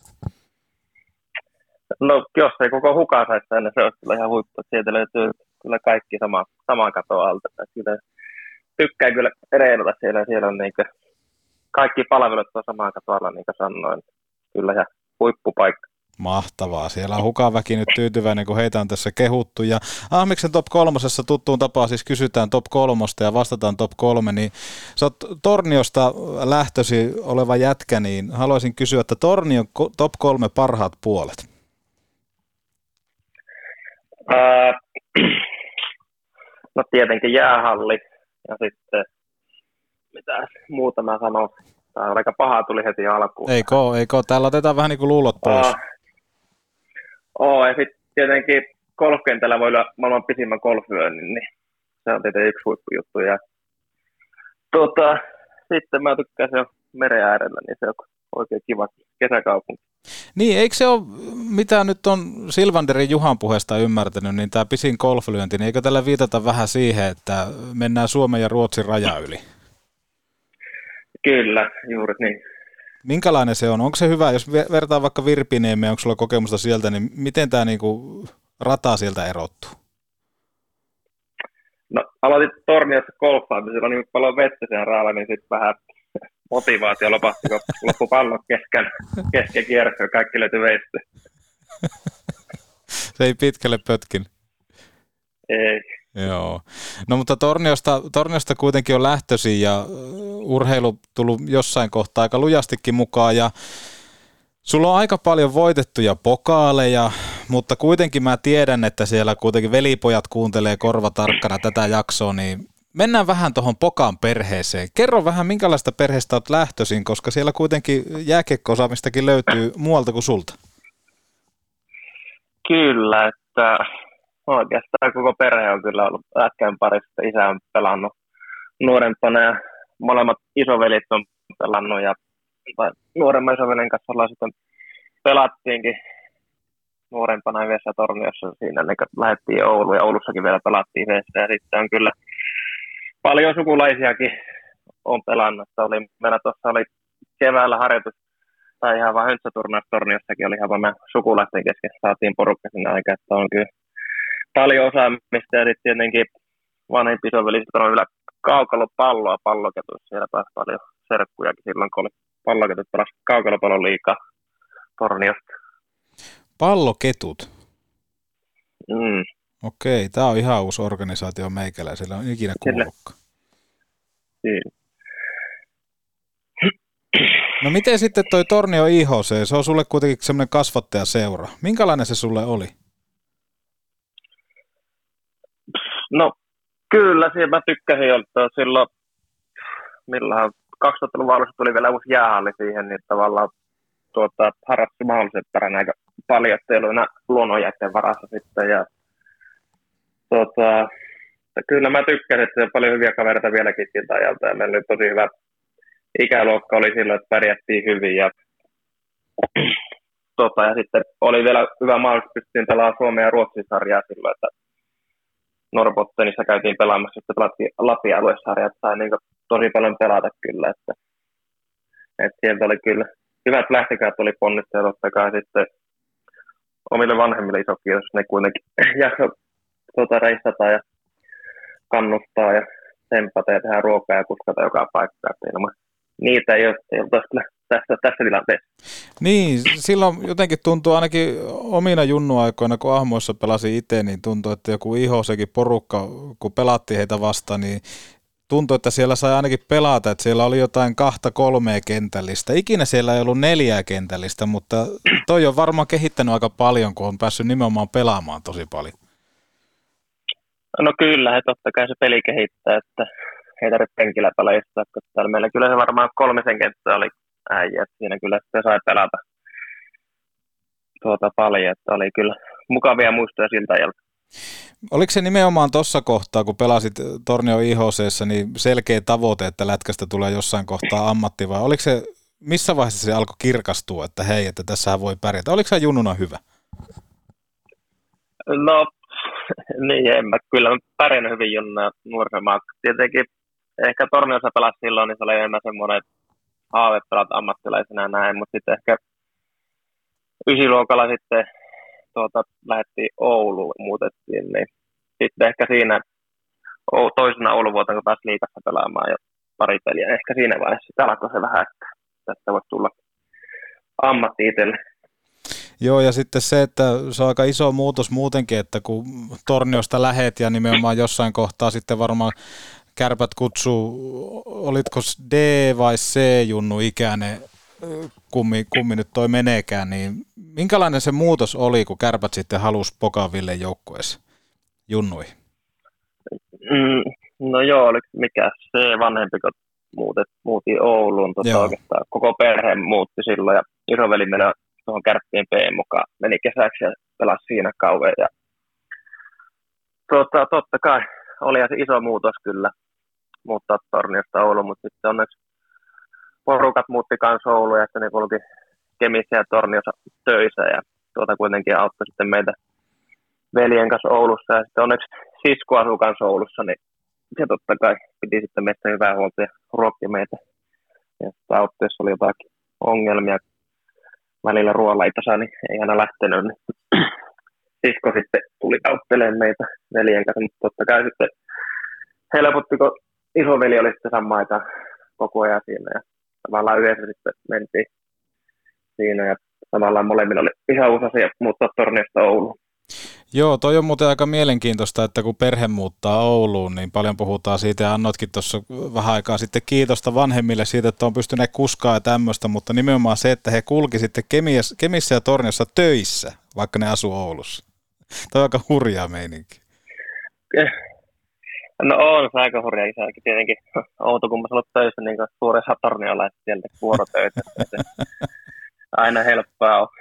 No jos ei koko Huka saisi tänne, se olisi kyllä ihan huippu. Sieltä löytyy kyllä kaikki saman katon alta. Kyllä tykkään kyllä reenata siellä. Siellä on niinkö kaikki palvelut on saman katon alla, niin kuin sanoin. Kyllä ihan huippupaikka. Mahtavaa. Siellä on Hukan väki nyt tyytyväinen, kun heitä on tässä kehuttu. Ja Ahmiksen top 3 tuttuun tapaan siis kysytään top 3 ja vastataan top 3. Niin sä oot Torniosta lähtösi oleva jätkä, niin haluaisin kysyä, että Tornion top 3 parhaat puolet. No tietenkin jäähalli ja sitten mitä muuta mä sanon. Tämä on aika paha, tuli heti alkuun. Eikö? Täällä otetaan vähän niin kuin luulot pois. Ja sitten tietenkin golfkentällä voi olla maailman pisimmän golfyönnin, niin se on tietenkin yksi huippujuttu. Ja sitten mä tykkään se meren äärellä, niin se on oikein kiva kesäkaupunki. Niin, eikö se ole, mitä nyt on Silvanderin Juhan puheesta ymmärtänyt, niin tämä pisin golflyönti, niin eikö tällä viitata vähän siihen, että mennään Suomen ja Ruotsin raja yli? Kyllä, juuri niin. Minkälainen se on? Onko se hyvä, jos vertaa vaikka Virpiniemeen, onko sulla kokemusta sieltä, niin miten tämä niinku rata sieltä erottuu? No, aloitin Torniossa golfaan, sillä on niin paljon vettä siellä raalla, niin sitten vähän motivaatio lopahti, kun loppu pallon kesken kierrossa, kaikki löytyi veistä. Se ei pitkälle pötkin. Ei. Joo. No mutta Torniosta kuitenkin on lähtöisin ja urheilu tullut jossain kohtaa aika lujastikin mukaan ja sulla on aika paljon voitettuja pokaaleja, mutta kuitenkin mä tiedän, että siellä kuitenkin velipojat kuuntelee korvatarkkana tätä jaksoa, niin mennään vähän tuohon Pokan perheeseen. Kerro vähän, minkälaista perheestä olet lähtöisin, koska siellä kuitenkin jääkiekko-osaamistakin löytyy muualta kuin sulta. Kyllä, että oikeastaan koko perhe on kyllä ollut ätkän parissa. Isä on pelannut nuorempana ja molemmat isovelit on pelannut ja nuoremman isoveljen kanssa ollaan sitten pelattiinkin nuorempana yhdessä Torniossa siinä, ennen kuin lähdettiin Ouluun, ja Oulussakin vielä pelattiin yhdessä, ja sitten on kyllä paljon sukulaisiakin on pelannut. Meillä tuossa oli keväällä harjoitus, tai ihan vaan höntsäturnaus Torniossakin, oli ihan vaan sukulaisten kesken, saatiin porukka sinne aikaan, että on kyllä paljon osaamista, ja sitten tietenkin vanhempi isoveli on vielä kaukalopalloa palloketuissa, siellä pääsi paljon serkkujakin silloin, kun oli palloketut pelasi kaukalopallon liigaa Torniosta. Palloketut? Mm. Okei, tämä on ihan uusi organisaatio meikäläisellä, on ikinä kuullutkaan. No miten sitten toi Tornio IHC, se on sulle kuitenkin semmoinen kasvattajaseura. Minkälainen se sulle oli? No kyllä, mä tykkäsin joltain silloin, milloinhan 2000-luvun alussa tuli vielä uusi jäähalli siihen, niin tavallaan harrasti mahdolliset perään aika paljon, ettei ollut enää luonnonjätteen varassa sitten. Ja, kyllä mä tykkäsin, että paljon hyviä kavereita vieläkin siltä ajalta, ja meillä oli tosi hyvä ikäluokka oli silloin, että pärjättiin hyvin. Ja sitten oli vielä hyvä mahdollisuus, pystyttiin pelaamaan Suomen ja Ruotsin sarjaa silloin, että Norrbottenissa käytiin pelaamassa, sitten pelattiin Lapin-aluesarjaa, että sai niin tosi paljon pelata kyllä, että sieltä oli kyllä hyvät lähtikäät oli ponnista ja totta kai sitten omille vanhemmille iso kiitos, ne kuitenkin jaksoi reissata ja kannustaa ja tempata ja tehdä ruokaa ja kuskata joka paikka, että ilman niitä ei oltaisi kyllä tässä tilanteessa. Niin, silloin jotenkin tuntuu ainakin omina junnuaikoina, kun Ahmoissa pelasin itse, niin tuntui, että joku IHCkin porukka, kun pelattiin heitä vastaan, niin tuntui, että siellä sai ainakin pelata, että siellä oli jotain 2-3 kentällistä. Ikinä siellä ei ollut 4 kentällistä, mutta toi on varmaan kehittänyt aika paljon, kun on päässyt nimenomaan pelaamaan tosi paljon. No kyllä, totta kai se peli kehittää, että ei tarvitse penkillä pelaista, koska meillä kyllä se varmaan 3 kenttää oli äijä, että siinä kyllä sitten sai pelata paljon, että oli kyllä mukavia muistoja siltä ajalta. Oliko se nimenomaan tuossa kohtaa, kun pelasit Tornio IHC:ssä, niin selkeä tavoite, että lätkästä tulee jossain kohtaa ammatti, vai oliko se, missä vaiheessa se alkoi kirkastua, että hei, että tässähän voi pärjätä? Oliko sä junnuna hyvä? No, niin en mä kyllä pärjännyt hyvin junnuna nuorisena. Tietenkin ehkä Torniossa pelasi silloin, niin se oli enemmän semmoinen haave pelata ammattilaisena ja näin, mutta sitten ehkä 9-luokalla sitten lähdettiin Ouluun, muutettiin, niin sitten ehkä siinä toisena Ouluvuotena, kun pääsi liigassa pelaamaan jo pari peliä, ehkä siinä vaiheessa sitten alkoi se vähän, että tästä voi tulla ammatti itselle. Joo, ja sitten se, että se on aika iso muutos muutenkin, että kun Torniosta lähet ja nimenomaan jossain kohtaa sitten varmaan Kärpät kutsuu, olitko D- vai C-junnu ikäinen, kummi nyt toi meneekään, niin minkälainen se muutos oli, kun Kärpät sitten halusi Pokaville joukkueessa junnuihin? No joo, oliko mikä se vanhempi, kun muutiin Ouluun, oikeastaan koko perhe muutti silloin, ja isoveli meni tuohon Kärppien P mukaan, meni kesäksi ja pelasi siinä kauan, ja totta kai oli se iso muutos kyllä, muuttaa Torniosta Ouluun, mutta sitten onneksi porukat muutti kanssa Ouluun, ja sitten ne kulki Kemissä ja Torniossa töissä, ja kuitenkin auttoi sitten meitä veljen kanssa Oulussa, ja sitten onneksi sisko asuu kanssa Oulussa, niin se totta kai piti sitten meistä hyvää huolta ja ruokki meitä. Ja sitten auttoi, jos oli jotakin ongelmia välillä ruoanlaitossa, niin ei aina lähtenyt, niin sisko sitten tuli auttelemaan meitä veljen kanssa, mutta totta kai sitten helpotti, kun isoveli oli sitten samaan aikaan koko ajan siinä, ja tavallaan yhdessä sitten mentiin siinä, ja tavallaan molemmilla oli ihan uusi asia muuttaa Torniosta Ouluun. Joo, toi on muuten aika mielenkiintoista, että kun perhe muuttaa Ouluun, niin paljon puhutaan siitä, ja annoitkin tuossa vähän aikaa sitten kiitosta vanhemmille siitä, että on pystyneet kuskaa ja tämmöistä, mutta nimenomaan se, että he kulki sitten Kemissä ja Torniossa töissä, vaikka ne asuu Oulussa. Toi on aika hurjaa meininki. No on se aika hurjaa isäkin tietenkin. Outokummassa ollut töissä niin kuin suuressa Torniolla, että sieltä vuorotöitä. Aina helppoa on.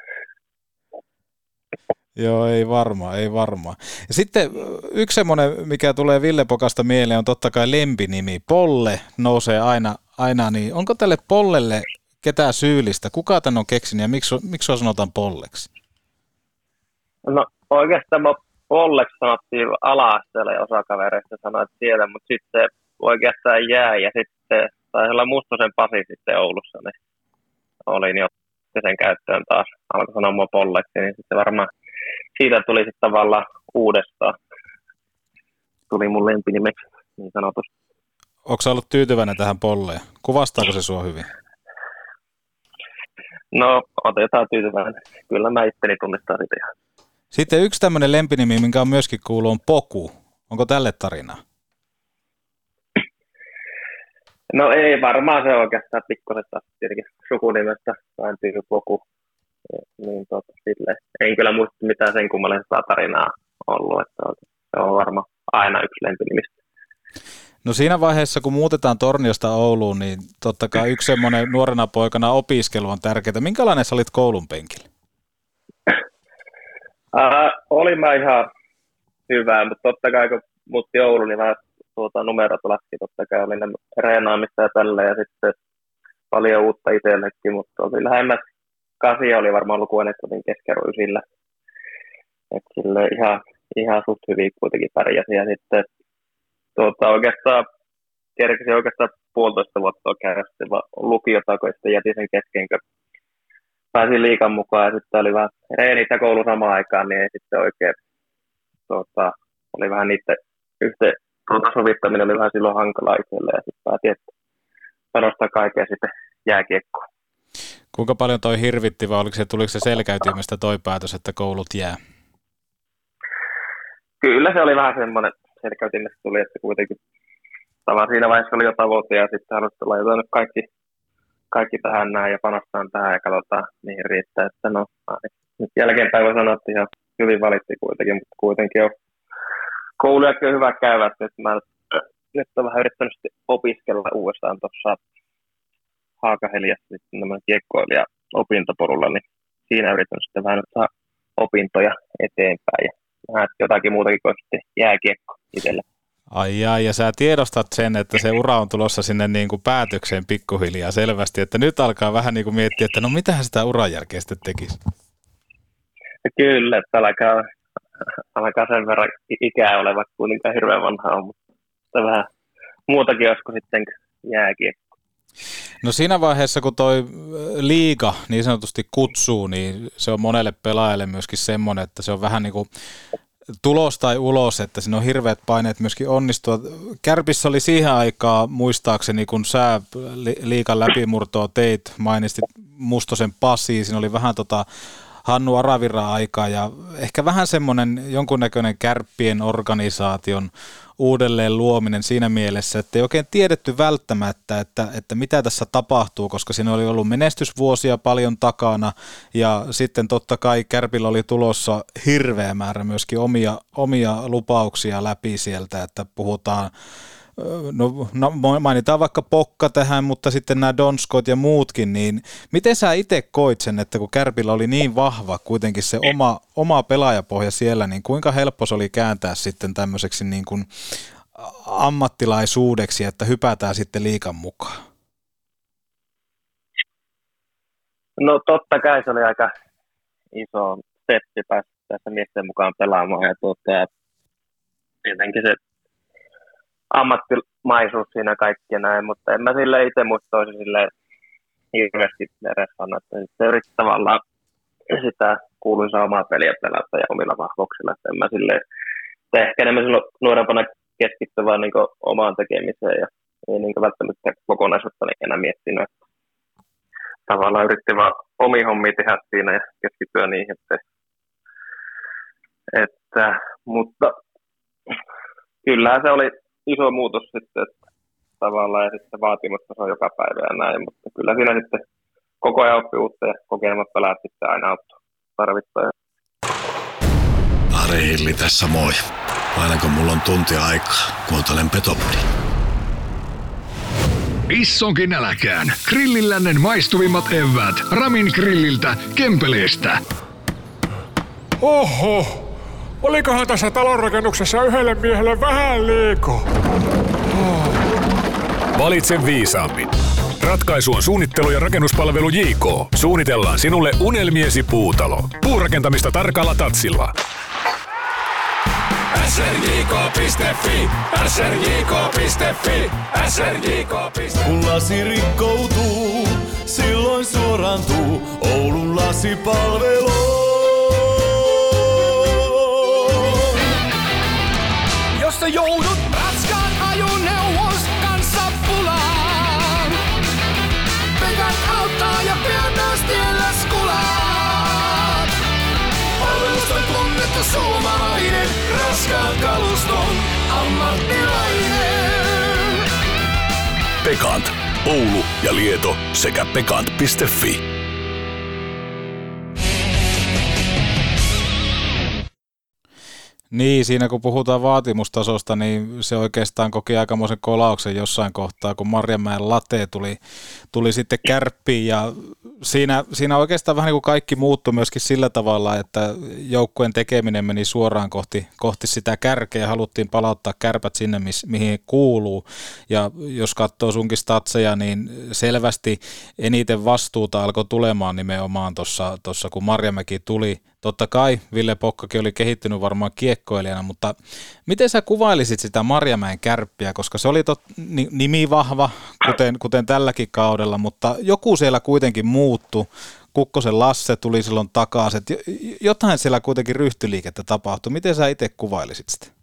Joo, ei varmaan. Ja sitten yksi semmoinen, mikä tulee Ville Pokasta mieleen, on totta kai lempinimi. Polle nousee aina, niin onko tälle Pollelle ketään syyllistä? Kuka tän on keksinyt ja miksi sanotaan Polleksi? No oikeastaan polleksi sanottiin ala-asteella ja osa kavereista sanoi, että siellä, mutta sitten oikeastaan jäi ja sitten taisi olla Mustosen Pasi sitten Oulussa, niin olin jo sen käyttöön taas, alkoi sanoa mua polleksi, niin sitten varmaan siitä tuli sitten tavallaan uudestaan, tuli mun lempinimeksi niin sanotusti. Onko sä ollut tyytyväinen tähän polleen? Kuvastaako se sua hyvin? No, otetaan tyytyväinen. Kyllä mä itteni tunnistan sitä ihan. Sitten yksi tämmöinen lempinimi, minkä on myöskin kuullut, on Poku. Onko tälle tarinaa? No ei, varmaan se oikeastaan pikkusesta tietenkin sukunimestä vääntyy Poku. Niin silleen. En kyllä muista mitään sen kummallisesta tarinaa ollut, että se on varmaan aina yksi lempinimistä. No siinä vaiheessa, kun muutetaan Torniosta Ouluun, niin totta kai yksi semmoinen nuorena poikana opiskelu on tärkeää. Minkälainen sä olit koulun penkillä? Olin mä ihan hyvä, mutta totta kai kun muutti Ouluun, niin vähän numerot laski. Totta kai oli reenaamista ja tällä ja sitten paljon uutta itsellekin, mutta oli lähemmäs 8 oli varmaan lukuaineet keskiarvoisilla. Että sille ihan suht hyvin kuitenkin pärjäsi ja sitten oikeastaan kerkesin 1,5 vuotta käydä sitten lukiota, kun sitten jätin sen kesken, kun pääsin liigan mukaan ja sitten oli vähän reenit ja koulu samaan aikaan, niin ei sitten oikein, oli vähän niiden yhteen sovittaminen oli vähän silloin hankalaa itselle ja sitten päätin, että panostaa kaikkea sitten jääkiekkoon. Kuinka paljon toi hirvitti vai tuliko se selkäytimestä toi päätös, että koulut jää? Kyllä se oli vähän semmoinen. Selkäytimessä tuli, että kuitenkin siinä vaiheessa oli jo tavoite ja sitten halusin laittaa nyt kaikki tähän näin ja panostaan tähän ja katsotaan mihin riittää. Että no, nyt jälkeenpäin voi sanoa, että ihan hyvin valitti kuitenkin, mutta kuitenkin on koulujakin on hyvä käydä. Nyt on vähän yrittänyt opiskella uudestaan tuossa Haakaheliassa sitten nämä kiekkoilija opintoporulla, niin siinä yrittänyt sitten vähän saada opintoja eteenpäin ja vähän jotakin muutakin kuin sitten jääkiekko itselle. Ai ja sä tiedostat sen, että se ura on tulossa sinne niin kuin päätökseen pikkuhiljaa selvästi, että nyt alkaa vähän niin kuin miettiä, että no mitähän sitä uran jälkeen sitten tekisi? Kyllä, että alkaa sen verran ikää ole, vaikka kuitenkaan hirveän vanha on, mutta vähän muutakin olisiko sitten jääkiekko. No siinä vaiheessa, kun toi liiga niin sanotusti kutsuu, niin se on monelle pelaajalle myöskin semmoinen, että se on vähän niin kuin tulos tai ulos, että siinä on hirveät paineet myöskin onnistua. Kärpissä oli siihen aikaan, muistaakseni, kun sä liigan läpimurtoa teit, mainitsit Mustosen Pasi, siinä oli vähän Hannu Aravirra-aikaa ja ehkä vähän semmoinen jonkunnäköinen Kärppien organisaation uudelleen luominen siinä mielessä, että ei oikein tiedetty välttämättä, että mitä tässä tapahtuu, koska siinä oli ollut menestysvuosia paljon takana ja sitten totta kai Kärpillä oli tulossa hirveä määrä myöskin omia lupauksia läpi sieltä, että puhutaan No mainitaan vaikka Pokka tähän, mutta sitten nämä Donskot ja muutkin, niin miten sä itse koit sen, että kun Kärpillä oli niin vahva kuitenkin se oma pelaajapohja siellä, niin kuinka helppo se oli kääntää sitten tämmöiseksi niin kuin ammattilaisuudeksi, että hypätään sitten liigan mukaan? No totta kai se oli aika iso steppi päästä tässä miesten mukaan pelaamaan ja tietenkin se ammattimaisuus siinä kaikki ja näin, mutta en mä sille itse muista olisi silleen hirveästi edes sanoa, että se yritti tavallaan sitä kuuluisaa omaa peliä pelata ja omilla vahvuuksilla, että en mä silleen, ehkä enemmän silloin nuorempana keskittyä vaan niin omaan tekemiseen ja ei niin välttämättä kokonaisuutta enää miettinyt, että tavallaan yritti vaan omia hommia tehdä siinä ja keskittyä niihin, mutta kyllähän se oli iso muutos sitten, että tavallaan ja sitten vaatimusta on joka päivä ja näin, mutta kyllä siinä sitten koko ajan oppi uutta ja kokeilemat pelaat sitten aina auttaa tarvittaa. Ari Hilli tässä moi. Aina kun mulla on tunti aikaa, kuuntelen Petopodin. Issonkin nälkään. Grillillännen maistuvimmat eväät. Ramin grilliltä, Kempeleestä. Oho! Olikohan tässä talonrakennuksessa yhdelle miehelle vähän liikaa? Valitse viisaammin. Ratkaisu on suunnittelu- ja rakennuspalvelu J.K. Suunnitellaan sinulle unelmiesi puutalo. Puurakentamista tarkalla tatsilla. srjk.fi, srjk.fi, srjk.fi. Kun lasi rikkoutuu, silloin suoraantuu Oulun lasipalvelu. Jos sä joudut raskaan ajoneuvos kanssa pulaan, Pekan auttaa ja pian myös tiellä skulaat. Palvelusta tunnettu suomalainen, raskaan kaluston ammattilainen. Pekant, Oulu ja Lieto sekä pekant.fi. Niin, siinä kun puhutaan vaatimustasosta, niin se oikeastaan koki aikamoisen kolauksen jossain kohtaa, kun Marjamäen Late tuli sitten Kärppiin ja siinä oikeastaan vähän niin kuin kaikki muuttui myöskin sillä tavalla, että joukkueen tekeminen meni suoraan kohti sitä kärkeä ja haluttiin palauttaa Kärpät sinne, mihin kuuluu. Ja jos katsoo sunkin statseja, niin selvästi eniten vastuuta alkoi tulemaan nimenomaan tuossa kun Marjamäki tuli. Totta kai Ville Pokkakin oli kehittynyt varmaan kiekkoilijana, mutta miten sä kuvailisit sitä Marjamäen Kärppiä, koska se oli nimi vahva, kuten tälläkin kaudella, mutta joku siellä kuitenkin muuttui. Kukkosen Lasse tuli silloin takaisin, jotain siellä kuitenkin ryhtyliikettä tapahtui. Miten sä itse kuvailisit sitä?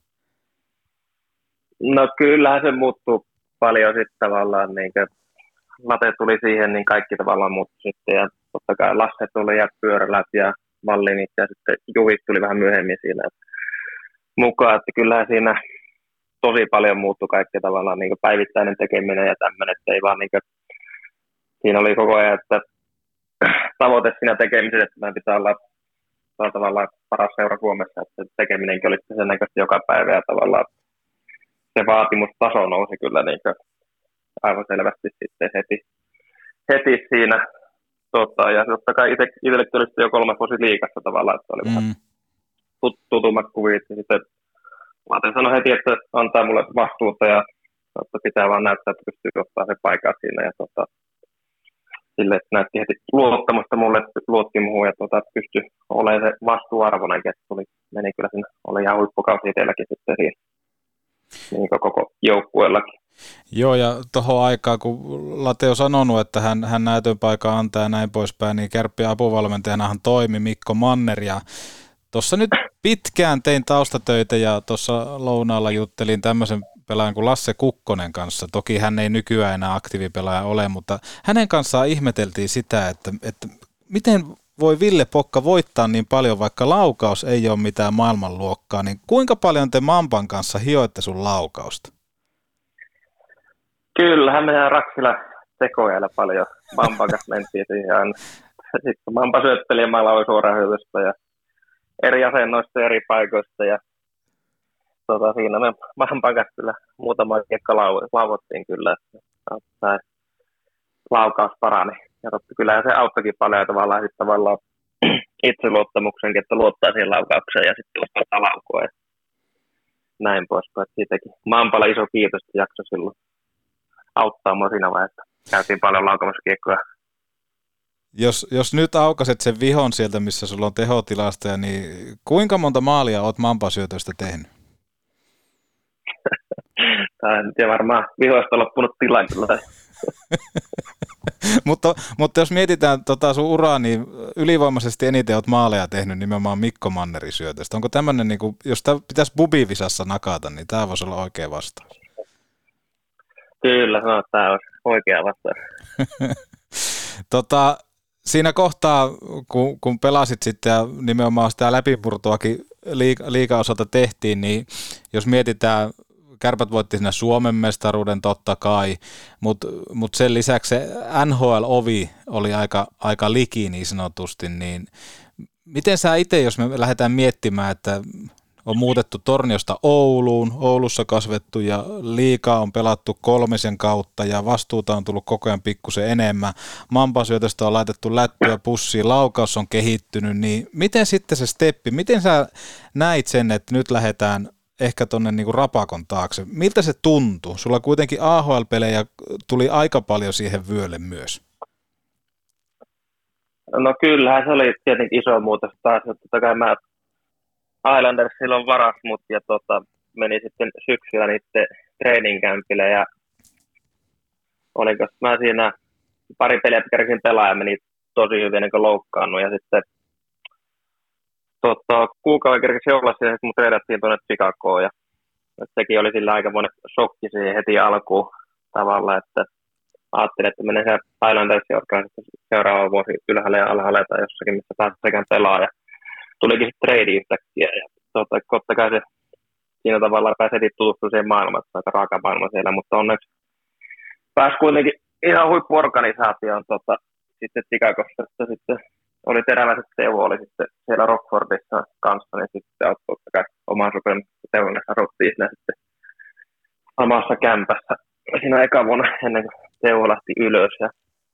No kyllähän se muuttui paljon sitten tavallaan, niin Late tuli siihen, niin kaikki tavallaan muuttui sitten ja totta kai Lasse tuli ja Pyörälät ja Mallinit ja sitten Juhit tuli vähän myöhemmin siinä mukaan, että kyllähän siinä tosi paljon muuttui kaikki tavallaan niin päivittäinen tekeminen ja tämmöinen, että ei vaan niin kuin, siinä oli koko ajan, että tavoite siinä tekemisessä, että meidän pitää olla tavallaan paras seura Suomessa, että tekeminenkin oli sen näköistä joka päivä ja tavallaan se vaatimustaso nousi kyllä niin kuin aivan selvästi sitten heti siinä. Ja totta kai itsellekin oli jo 3 vuosi liigassa tavallaan, että oli vähän tutummat kuvit. Ja sitten Late sanoi heti, että antaa mulle vastuuta ja että pitää vaan näyttää, että pystyy ottaa sen paikan siinä. Ja sille, että näytti heti luottamusta mulle, että luotti muuhun ja pystyi olemaan se vastuuarvoinen, että meni kyllä sinne, oli ihan huippukausi itselläkin sitten siinä niin koko joukkueellakin. Joo, ja tuohon aikaan, kun Late on sanonut, että hän näytön paikan antaa ja näin poispäin, niin Kärppien apuvalmentajanahan toimi Mikko Manner, ja tuossa nyt pitkään tein taustatöitä, ja tuossa lounaalla juttelin tämmöisen pelaajan kuin Lasse Kukkonen kanssa. Toki hän ei nykyään enää aktiivipelaaja ole, mutta hänen kanssaan ihmeteltiin sitä, että miten voi Ville Pokka voittaa niin paljon, vaikka laukaus ei ole mitään maailmanluokkaa, niin kuinka paljon te Mampan kanssa hioitte sun laukausta? Kyllähän me Raksilla tekoajalla paljon. Mampan kanssa mentiin siihen. Sitten Mampa syötteli ja mä lauin suoraan hyödystä ja eri asennoista ja eri paikoista. Ja siinä me Mampan kanssa kyllä muutama kiekka lauottiin kyllä. Että laukaus parani. Ja kyllähän se auttoikin paljon tavallaan itseluottamuksenkin, että luottaa siihen laukaukseen ja sitten ottaa laukua. Ja näin poispäin. Siitäkin Mampalle iso kiitos, että jakso silloin auttaa mua siinä vaiheessa. Käytiin paljon laukamassa kiekkoja. Jos nyt aukaset sen vihon sieltä, missä sulla on tehotilastoja, niin kuinka monta maalia oot Mampasyötöistä tehnyt? Tai en tiedä, varmaan vihoista loppunut tila kyllä. mutta jos mietitään sun uraa, niin ylivoimaisesti eniten olet maaleja tehnyt nimenomaan Mikko Mannerin syötöstä. Onko tämmöinen, niin kuin, jos tämä pitäisi Bubivisassa nakata, niin tämä voisi olla oikea vastaus? Kyllä, no, tämä olisi oikea vastaus. Siinä kohtaa, kun pelasit sitten ja nimenomaan sitä läpipurtoakin liigaosalta tehtiin, niin jos mietitään, Kärpät voitti siinä Suomen mestaruuden totta kai, mutta sen lisäksi se NHL-ovi oli aika liki niin sanotusti, niin miten sä itse, jos me lähdetään miettimään, että on muutettu Torniosta Ouluun, Oulussa kasvettu ja liigaa on pelattu 3 kautta ja vastuuta on tullut koko ajan pikkusen enemmän, Mampasyötöstä on laitettu lättyä pussiin, laukaus on kehittynyt, niin miten sitten se steppi, miten sä näit sen, että nyt lähdetään ehkä tonne niinku rapakon taakse. Miltä se tuntui? Sulla kuitenkin AHL-pelejä tuli aika paljon siihen vyölle myös. No kyllähän se oli tietenkin iso muutos taas. Totta kai mä Islanders silloin varas mut ja meni sitten syksyllä niiden training campille ja oliko mä siinä pari peliä kerkesin pelaa ja meni tosi hyvin ennen kuin loukkaannut ja sitten kuukauden kerkesin olla siinä, että mut treidattiin tuonne Chicagoon ja sekin oli sillä aikamoinen shokki siihen heti alkuun tavalla, että ajattelin, että menee se Islandersin organisaatio seuraava vuosi ylhäällä ja alhaalla tai jossakin, missä pääsekään pelaa. Ja tulikin sitten trade yhtäkkiä. Ja totta kai se siinä tavalla pääsi heti tutustumaan siihen maailmaan, että aika raaka maailma siellä, mutta onneksi pääsi kuitenkin ihan huippuorganisaatioon sitten Chicagossa. Sitten oli teräväiset Teuvo oli sitten siellä Rockfordissa kanssa, niin sitten totta kai oman sopimusta Teuvon kanssa asuttiin siinä sitten samassa kämpässä siinä eka vuonna ennen kuin Teuvo lähti ylös. Ja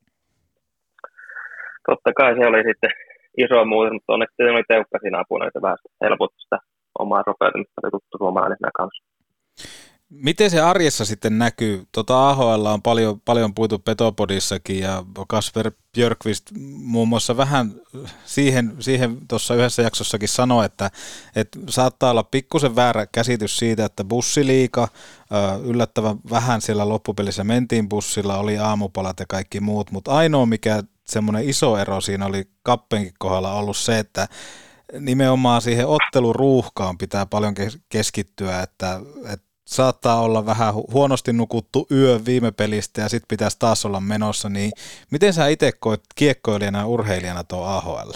totta kai se oli sitten iso muutos, mutta onneksi se oli Teukka siinä apuna, että vähän helpotti sitä omaa sopeutumista, oli tuttu suomalaisena kanssa. Miten se arjessa sitten näkyy? AHL on paljon puitu Petopodissakin ja Kasper Björkqvist muun muassa vähän siihen tuossa yhdessä jaksossakin sanoi, että saattaa olla pikkusen väärä käsitys siitä, että bussiliiga, yllättävän vähän siellä loppupelissä mentiin bussilla, oli aamupalat ja kaikki muut, mutta ainoa mikä semmoinen iso ero siinä oli Kappenkin kohdalla ollut se, että nimenomaan siihen otteluruuhkaan pitää paljon keskittyä, että saattaa olla vähän huonosti nukuttu yö viime pelistä ja sitten pitäisi taas olla menossa, niin miten sä itse koet kiekkoilijana ja urheilijana tuo AHL?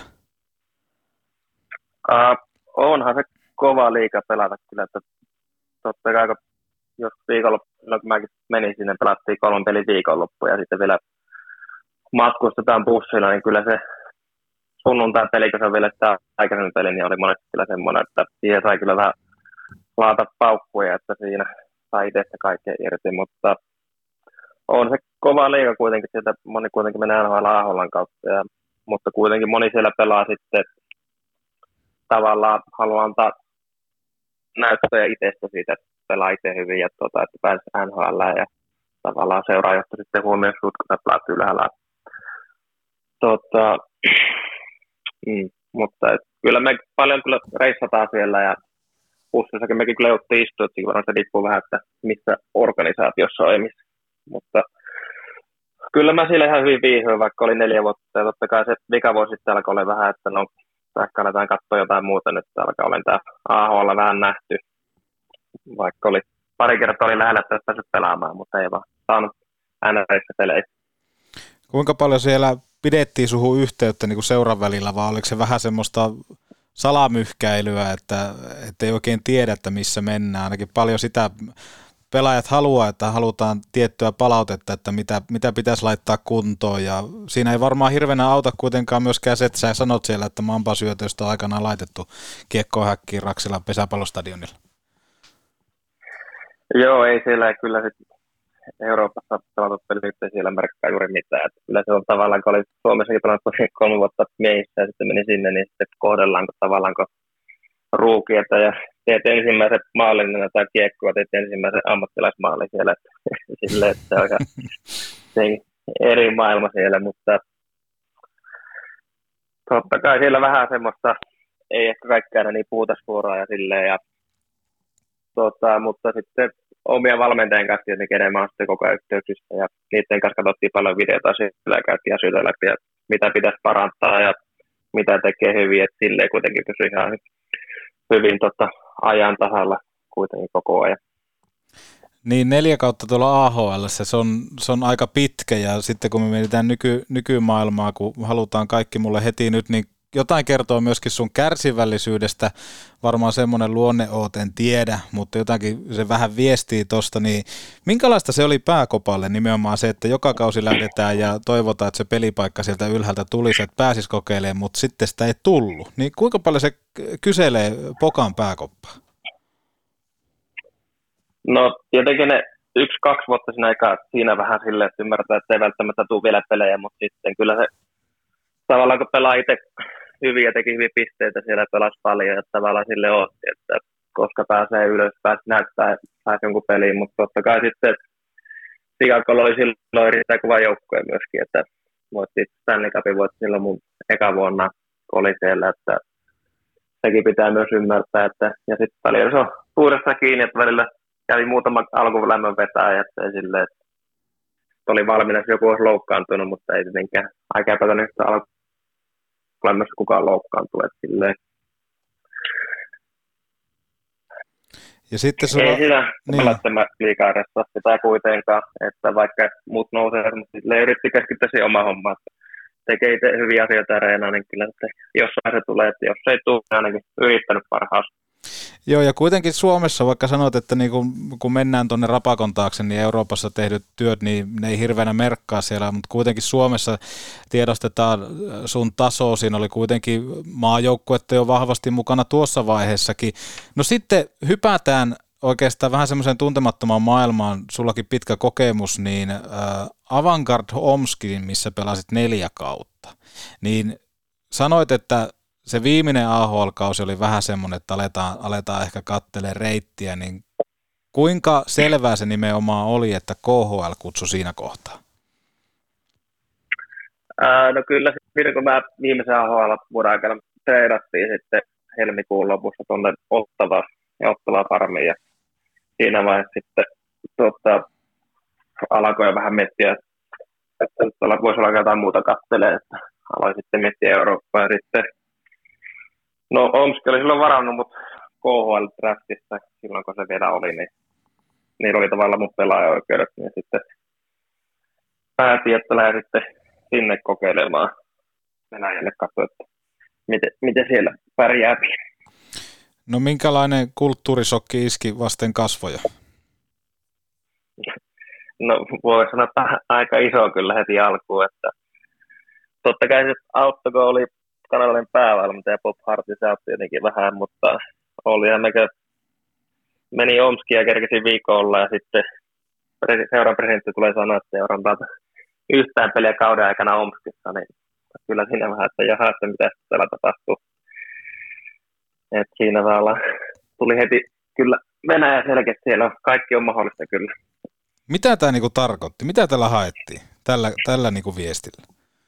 Onhan se kova liiga pelata kyllä, että totta kai jos viikonloppuna, kun mäkin menin sinne, pelattiin 3 pelin viikonloppu ja sitten vielä matkustetaan bussilla, niin kyllä se sunnuntai-peli, kun se on vielä tämä aikaisemmin peli, niin oli monesti kyllä semmoinen, että siihen sai kyllä vähän laata paukkuja, että siinä sai itsestä kaikkea irti, mutta on se kova liiga kuitenkin, sieltä moni kuitenkin menee AHL:n kautta, mutta kuitenkin moni siellä pelaa sitten tavallaan haluaa antaa näyttöjä itsestä siitä, että pelaa itse hyvin ja että pääsee NHL ja tavallaan seuraajohto sitten huomioon sut, kun sä pelaat ylhäällä. Mutta kyllä me paljon kyllä reissataan siellä ja bussissakin mekin kyllä joutti istua, että varmaan se riippuu vähän, että missä organisaatiossa on missä. Mutta kyllä mä sille ihan hyvin viihyin, vaikka oli 4 vuotta ja totta kai se vikavuosi sitten alkoi olla vähän, että no ehkä aletaan katsoa jotain muuta nyt, alkaa olen tää AHL vähän nähty, vaikka oli pari kertaa oli lähellä, että olisi päässyt pelaamaan, mutta ei vaan saanut NRissä peleissä. Kuinka paljon siellä pidettiin suhun yhteyttä niin kuin seuran välillä, vai oliko se vähän semmoista salamyhkäilyä, että ei oikein tiedä, että missä mennään. Ainakin paljon sitä pelaajat haluaa, että halutaan tiettyä palautetta, että mitä pitäisi laittaa kuntoon. Ja siinä ei varmaan hirveänä auta kuitenkaan myöskään se, että sä sanot siellä, että Mamba-syötöistä on aikanaan laitettu kiekkohäkkiin Raksilan pesäpallostadionilla. Joo, ei siellä kyllä sitten Euroopassa pelatut pelit ei siellä merkkaa juuri mitään. Että kyllä se on tavallaan, kun oli Suomessakin pelannut 3 vuotta miehissä ja sitten meni sinne, niin sitten kohdellaanko tavallaan ruukieta ja teet ensimmäisen maalin tai kiekkoa, teet ensimmäisen ammattilaismaalin siellä. Silleen, että se on ihan eri maailma siellä, mutta totta kai siellä vähän semmoista, ei ehkä kaikkea aina niin puhuta suoraan ja silleen. Ja, mutta sitten omia valmentajien kanssa tietenkin enemmän sitten koko ajan yhteyksissä ja niiden kanssa katsottiin paljon videota siellä ja käytiin asioita läpi ja mitä pitäisi parantaa ja mitä tekee hyvin, että silleen kuitenkin pysyi ihan hyvin ajan tasalla kuitenkin koko ajan. Niin 4 kautta tuolla AHL, se on aika pitkä ja sitten kun me mietitään nykymaailmaa, kun halutaan kaikki mulle heti nyt, niin jotain kertoo myöskin sun kärsivällisyydestä, varmaan semmoinen luonne oot, en tiedä, mutta jotakin se vähän viestii tosta, niin minkälaista se oli Pääkopalle nimenomaan se, että joka kausi lähdetään ja toivotaan, että se pelipaikka sieltä ylhäältä tulisi, että pääsisi kokeilemaan, mutta sitten sitä ei tullut, niin kuinka paljon se kyselee Pokan Pääkoppaa? No tietenkin ne 1-2 vuotta siinä vähän silleen, että ymmärtää, että ei välttämättä tule vielä pelejä, mutta sitten kyllä se tavallaan kun pelaa itse hyvin ja teki hyviä pisteitä siellä, pelasi paljon ja tavallaan sille otti, että koska pääsee ylös, näyttää, pääsee jonkun peliin, mutta totta kai sitten Chicagolla oli silloin erittäin kova joukkue myöskin, että voitti Stanley Cupin silloin mun eka vuonna, kun oli siellä, että sekin pitää myös ymmärtää, että ja sitten välillä se on suuressa kiinni, että välillä kävi muutama alkulämmön vetää, että silleen, että oli valmiina, jos joku olisi loukkaantunut, mutta ei tietenkään aika epätön yhtä alkulämmössä kukaan loukkaantuu, että silleen. Ja sitten sulla... Ei siinä pelättämä liikaa ressa sitä kuitenkaan, että vaikka muut nousee, mutta sille yritti keskittyä siihen omaan hommaan, että tekee itse hyviä asioita areenaan, niin kyllä että jossain se tulee, että jos ei tule, niin ainakin yrittänyt parhaansa. Joo, ja kuitenkin Suomessa, vaikka sanot, että niin kun mennään tuonne rapakon taakse, niin Euroopassa tehdyt työt, niin ne ei hirveänä merkkaa siellä, mutta kuitenkin Suomessa tiedostetaan sun taso, siinä oli kuitenkin maajoukkuetta jo vahvasti mukana tuossa vaiheessakin. No sitten hypätään oikeastaan vähän semmoiseen tuntemattomaan maailmaan, sullakin pitkä kokemus, niin Avangard Omskiin, missä pelasit 4 kautta, niin sanoit, että se viimeinen AHL-kausi oli vähän semmoinen, että aletaan ehkä katselemaan reittiä, niin kuinka selvää se nimenomaan oli, että KHL kutsui siinä kohtaa? No kyllä, kun mä viimeisen AHL-vuoden aikana treidattiin sitten helmikuun lopussa tuonne Ottavaan farmiin, ja siinä vaiheessa sitten alkoi jo vähän miettiä, että voisi olla jotain muuta katselemaan, että aloin sitten miettiä Eurooppaa, ja sitten no Omski oli silloin varannut mut KHL-draftissa silloin, kun se vielä oli, niin niillä oli tavallaan mun pelaajaoikeudet, niin sitten päätin, että lähdin sitten sinne kokeilemaan Venäjälle, katsoa, että miten siellä pärjää. No minkälainen kulttuurisokki iski vasten kasvoja? No voi sanoa, että aika iso kyllä heti alkuun, että totta kai se auttoi, kun oli kanalainen päävalmentaja Bob Hartley, se auttoi jotenkin vähän, mutta olihan näkö, meni Omskiin ja kerkesin viikon olla ja sitten seuran presidentti tulee sanoa, että seuran päältä yhtään peliä kauden aikana Omskissa, niin kyllä siinä vähän, että jaha, että mitä täällä tapahtuu. Et siinä tuli heti kyllä Venäjä selkeästi, siellä kaikki on mahdollista kyllä. Mitä tämä niinku tarkoitti? Mitä tällä haettiin, tällä niinku viestillä?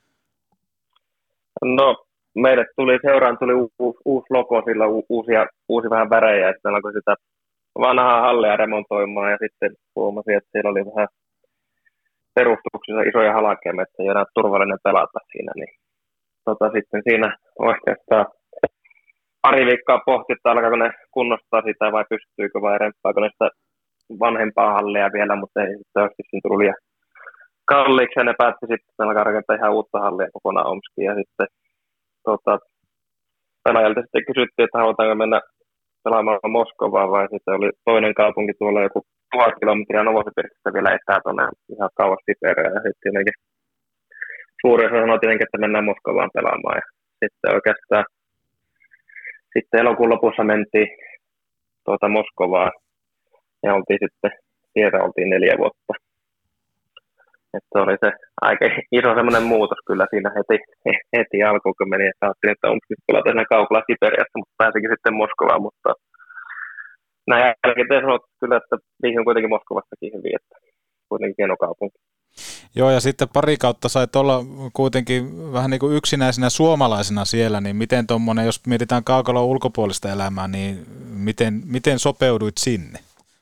No, meille seuraan tuli uusi logo, sillä uusi vähän värejä, ja sitten alkoi sitä vanhaa hallia remontoimaan, ja sitten huomasin, että siellä oli vähän perustuksissa isoja halkeamia, että ei enää turvallinen pelata siinä, niin sitten siinä oikeastaan pari viikkoa pohti, että alkaako ne kunnostaa sitä vai pystyykö vai remppaako ne sitä vanhempaa hallia vielä, mutta ei sitten oikeasti siinä tullut liian kalliiksi ja ne päätti sitten alkaa rakentaa ihan uutta hallia kokonaan Omskiin ja sitten Venäjältä sitten kysyttiin, että halutaanko mennä pelaamaan Moskovaan vai sitten oli toinen kaupunki tuolla joku 1000 kilometriä Novosibirskistä vielä etää tuonne ihan kauas Siperiaan ja sitten jotenkin suuri osa sanoi tietenkin, että mennään Moskovaan pelaamaan ja sitten oikeastaan sitten elokuun lopussa mentiin Moskovaan ja oltiin 4 vuotta. Että oli se aika iso semmoinen muutos kyllä siinä heti alkuun, kun meni, että ajattelin, että Omskissa pelata siinä kaukalla Siperiassa, mutta pääsikin sitten Moskovaan, mutta näin jälkeen sanot kyllä, että niihin on kuitenkin Moskovastakin hyvin, että kuitenkin hieno kaupunki. Joo, ja sitten pari kautta sait olla kuitenkin vähän niin kuin yksinäisenä suomalaisena siellä, niin miten tuommoinen, jos mietitään kaukalon ulkopuolista elämää, niin miten sopeuduit sinne?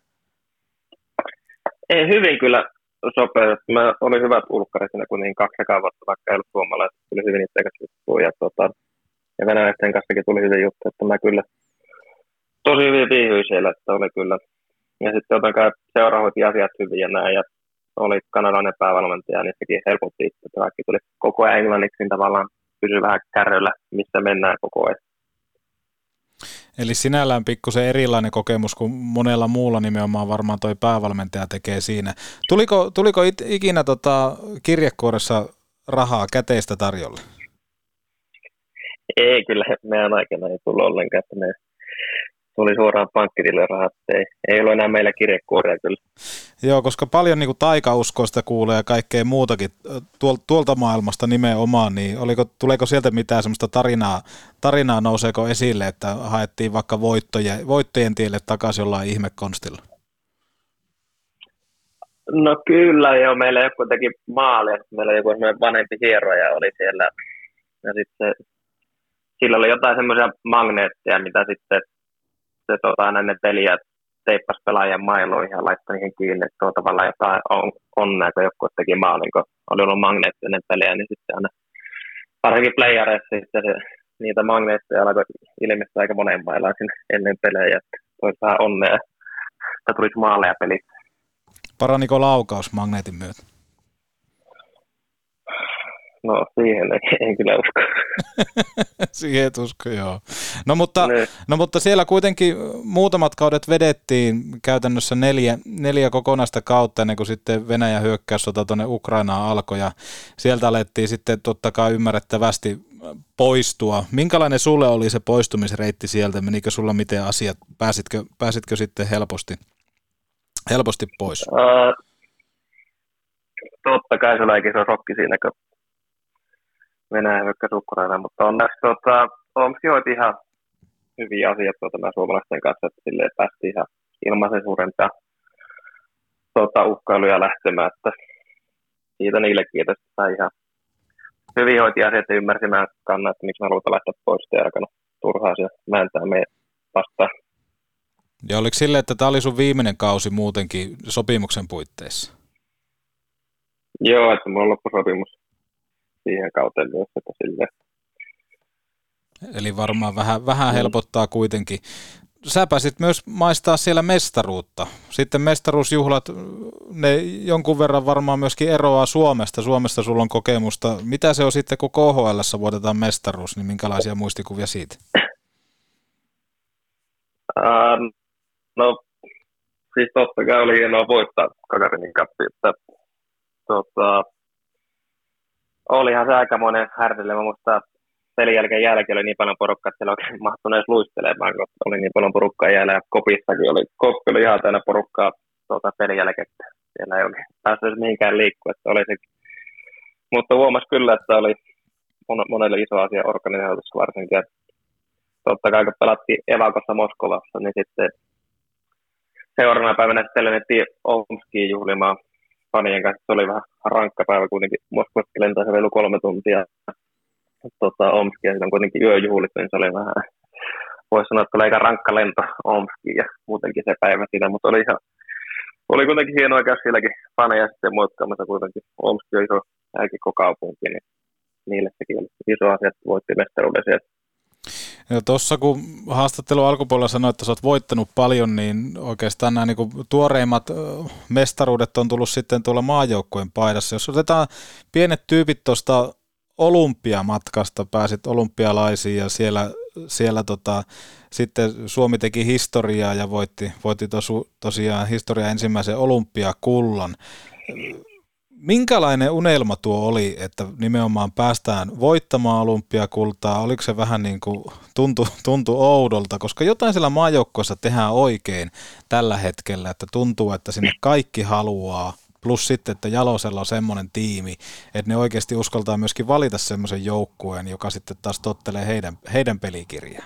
Ei hyvin kyllä sopeuduit. Mä olin hyvät ulkkarit siinä kuitenkin 2 vuotta, vaikka ei ollut suomalaiset. Tuli hyvin itse juttuja ja venäläisten kanssakin tuli hyvin juttu, että mä kyllä tosi hyvin viihdyin siellä, että oli kyllä. Ja sitten jotenkin seuraavat asiat hyvin ja näin, ja oli kanadalainen päävalmentaja, niin sekin helpotti itse, että kaikki tuli koko ajan englanniksi, niin tavallaan pysyi vähän kärryllä, missä mennään koko ajan. Eli sinällään pikkusen erilainen kokemus kuin monella muulla nimenomaan varmaan toi päävalmentaja tekee siinä. Tuliko ikinä kirjekuoressa rahaa käteistä tarjolle? Ei, kyllä meidän aikana ei tullut ollenkaan, että tuli suoraan pankkitilille rahat, ei ollut enää meillä kirjekuoria kyllä. Joo, koska paljon niin kuin taikauskoista kuulee ja kaikkea muutakin tuolta maailmasta nimenomaan, niin tuleeko sieltä mitään semmoista tarinaa nouseeko esille, että haettiin vaikka voittojen tielle takaisin jollain ihmekonstilla? No kyllä joo, meillä joku teki maalia, meillä joku semmoinen vanhempi hieroja oli siellä, ja sitten sillä oli jotain semmoisia magneetteja, mitä sitten se aina ne peliä teippasi pelaajan mailoihin ja laittoi niihin kiinni, että tavallaan jotain onnea, kun joku teki maalin, kun oli ollut magneettinen pelejä, niin sitten aina varsinkin playareissa sitten niitä magneetteja alkoi ilmestyä aika moneen mailaan ennen pelejä, että toisi vähän onnea, että tulisi maaleja pelissä. Paraniko laukaus magneetin myötä? No siihen en kyllä usko. Siihen et usko, joo. No mutta siellä kuitenkin muutamat kaudet vedettiin käytännössä neljä kokonaista kautta ennen kuin sitten Venäjän hyökkäyssota tuonne Ukrainaan alkoi ja sieltä alettiin sitten totta kai ymmärrettävästi poistua. Minkälainen sulle oli se poistumisreitti sieltä? Menikö sulla miten asiat? Pääsitkö sitten helposti pois? Totta kai se oli aika iso shokki siinä, kun Venäjä hyökkäsi Ukrainaan, mutta onneksi Omski hoiti ihan hyviä asioita nämä suomalaisten kanssa, että silleen päästiin ihan ilmaisen suurempia uhkailuja lähtemään, että siitä niille kiitos, että ihan hyvin hoiti asiat ja ymmärsimään kannat, että miksi me halutaan lähteä pois ja alkanut turhaa se määntää meidän vastaan. Ja oliko silleen, että tämä oli sun viimeinen kausi muutenkin sopimuksen puitteissa? Joo, että mulla on loppusopimus siihen kauteen myös, että silleen. Eli varmaan vähän helpottaa kuitenkin. Sä pääsit myös maistaa siellä mestaruutta. Sitten mestaruusjuhlat, ne jonkun verran varmaan myöskin eroaa Suomesta. Suomesta sulla on kokemusta. Mitä se on sitten, kun KHL:ssä voitetaan mestaruus, niin minkälaisia muistikuvia siitä? No, siis totta kai oli hienoa voittaa Gagarinin Cupia, että olihan se aikamoinen härdelö. Mä muistan, pelin jälkeen oli niin paljon porukkaa, että siellä oikein mahtui edes luistelemaan, kun oli niin paljon porukkaa jäällä ja kopissakin koppi oli ihan täynnä porukkaa pelin jälkeen, että siellä ei oikein päässyt mihinkään liikkua, että oli se. Mutta huomasi kyllä, että oli monelle iso asia organisaatiossa varsinkin, että totta kai kun pelattiin Evakossa Moskovassa, niin sitten seuraavana päivänä sitten lennettiin Omskiin juhlimaan fanien kanssa. Se oli vähän rankka päivä kuitenkin. Moskovasta lentää se reilu 3 tuntia. Omski ja sitten on kuitenkin yöjuhlit, niin se oli vähän, voisi sanoa, että oli aika rankka lento Omskiin ja muutenkin se päivä siinä, mutta oli kuitenkin hienoa käydä sielläkin faneja sitten moikkaamassa kuitenkin. Omski on iso äikikokaupunki, niin niille sekin oli iso asia, että voitti mestaruuden sieltä. Ja tuossa kun haastattelun alkupuolella sanoit, että sä oot voittanut paljon, niin oikeastaan nämä niin tuoreimmat mestaruudet on tullut sitten tuolla maajoukkueen paidassa. Jos otetaan pienet tyypit tuosta olympiamatkasta, pääsit olympialaisiin ja siellä sitten Suomi teki historiaa ja voitti tosiaan historian ensimmäisen olympiakullan. Minkälainen unelma tuo oli, että nimenomaan päästään voittamaan olympiakultaa? Oliko se vähän niin kuin tuntui oudolta, koska jotain siellä maajoukkoissa tehdään oikein tällä hetkellä, että tuntuu, että sinne kaikki haluaa, plus sitten, että Jalosella on semmoinen tiimi, että ne oikeasti uskaltaa myöskin valita semmoisen joukkueen, joka sitten taas tottelee heidän pelikirjaa.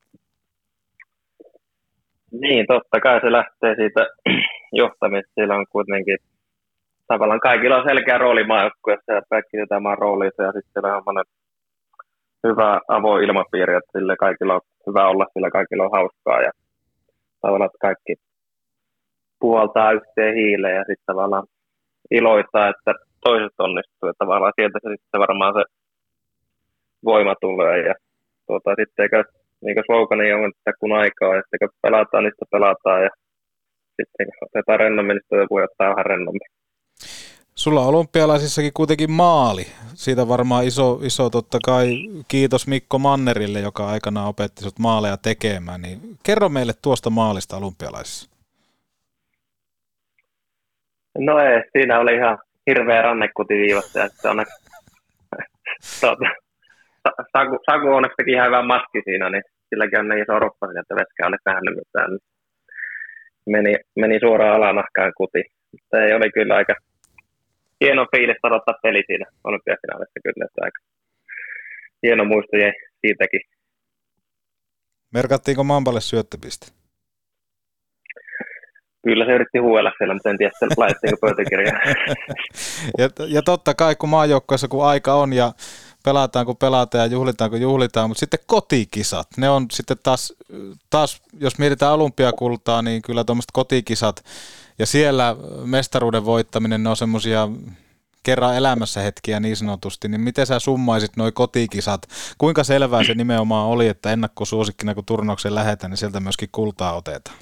Niin, totta kai se lähtee siitä johtamista. Siellä on kuitenkin tavallaan kaikilla on selkeä rooli maajoukkueessa ja kaikki tietää maan roolinsa ja sitten siellä on hyvä avoin ilmapiiri, että sille kaikilla on hyvä olla, sillä kaikilla on hauskaa ja tavallaan että kaikki puhaltaa yhteen hiileen ja sitten tavallaan iloittaa, että toiset onnistuu, että tavallaan sieltä se sitten varmaan se voima tulee ja sitten eikä niin kuin slogani on, että kun aikaa ja sitten kun pelataan, niin sitä pelataan ja sitten otetaan rennommin, niin sitten voi ottaa vähän rennommin. Sulla on olympialaisissakin kuitenkin maali. Siitä varmaan iso totta kai kiitos Mikko Mannerille, joka aikanaan opetti sut maaleja tekemään. Niin kerro meille tuosta maalista olympialaisissa. No ei, siinä oli ihan hirveä rannekutiviivassa ja sitten onneksi Saku onneksi teki ihan hyvän maski siinä, niin silläkin on niin iso roppa, että Veska oli nähnyt mitään. Meni suoraan alanahkaan kuti. Mutta ei oli kyllä aika hieno fiilis odottaa peli siinä olympiafinaalissa kyllä, että aika hieno muisto jäi siitäkin. Merkattiinko Mampalle syöttöpiste? Kyllä se yritti huuella siellä, mutta en tiedä, laitettiinko pöytäkirjaa. ja totta kai, kun maajoukkoissa kun aika on ja pelataan kun pelataan ja juhlitaan kun juhlitaan, mutta sitten kotikisat, ne on sitten taas jos mietitään olympiakultaa, niin kyllä tuommoiset kotikisat ja siellä mestaruuden voittaminen, ne on semmoisia kerran elämässä hetkiä niin sanotusti, niin miten sä summaisit noi kotikisat? Kuinka selvää se nimenomaan oli, että ennakkosuosikkina kun turnaukseen lähdetään, niin sieltä myöskin kultaa otetaan?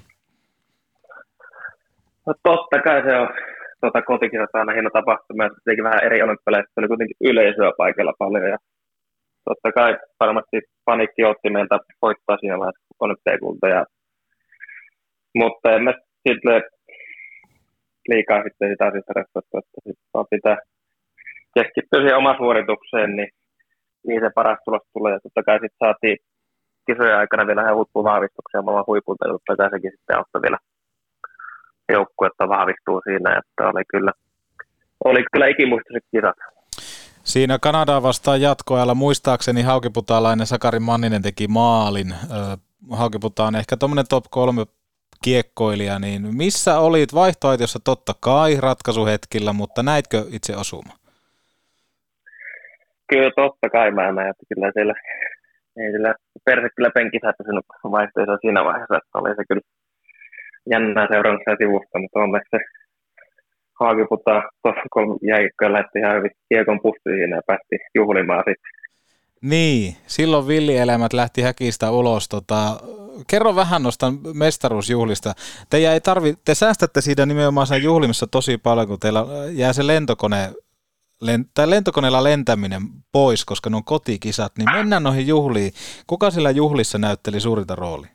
No totta kai se on kotikisat aina hieno tapahtuma, ja tietenkin vähän eri olympialaisista, oli kuitenkin yleisöä paikalla paljon, ja totta kai varmasti paniikki otti meiltä voittaa siinä vaiheessa olympiakulta, mutta en mä sitten liikaa sitten sitä asiasta restottua, että sitten vaan pitää keskittyä siihen omaan suoritukseen, niin se paras tulos tulee, ja totta kai sitten saatiin kisojen aikana vielä ihan huippuvahvistuksia maailman huipulta, ja totta kai sekin sitten auttoi vielä joukkuetta vahvistuu siinä, että oli kyllä ikimuistoiset kisat. Siinä Kanadaa vastaan jatkoajalla muistaakseni haukiputaalainen Sakari Manninen teki maalin. Haukiputa on ehkä tuommoinen top 3 kiekkoilija, niin missä olit vaihtoehtoissa totta kai ratkaisuhetkillä, mutta näitkö itse osuma? Kyllä totta kai mä näin, että kyllä siellä perse kyllä penkissä pysynyt vaihtoehtoissa siinä vaiheessa, että oli se kyllä jännää seurannut sitä sivusta, mutta onneksi se Haakiputa tuossa jäikköön lähti ihan hyvin kiekon pussiin ja päästi juhlimaan sitten. Niin, silloin villielämät lähti häkistä ulos. Kerro vähän noista mestaruusjuhlista. Te säästätte siitä nimenomaan sen juhlimissa tosi paljon, kun teillä jää se lentokoneella lentäminen pois, koska ne on kotikisat, niin mennään noihin juhliin. Kuka sillä juhlissa näytteli suurinta roolia?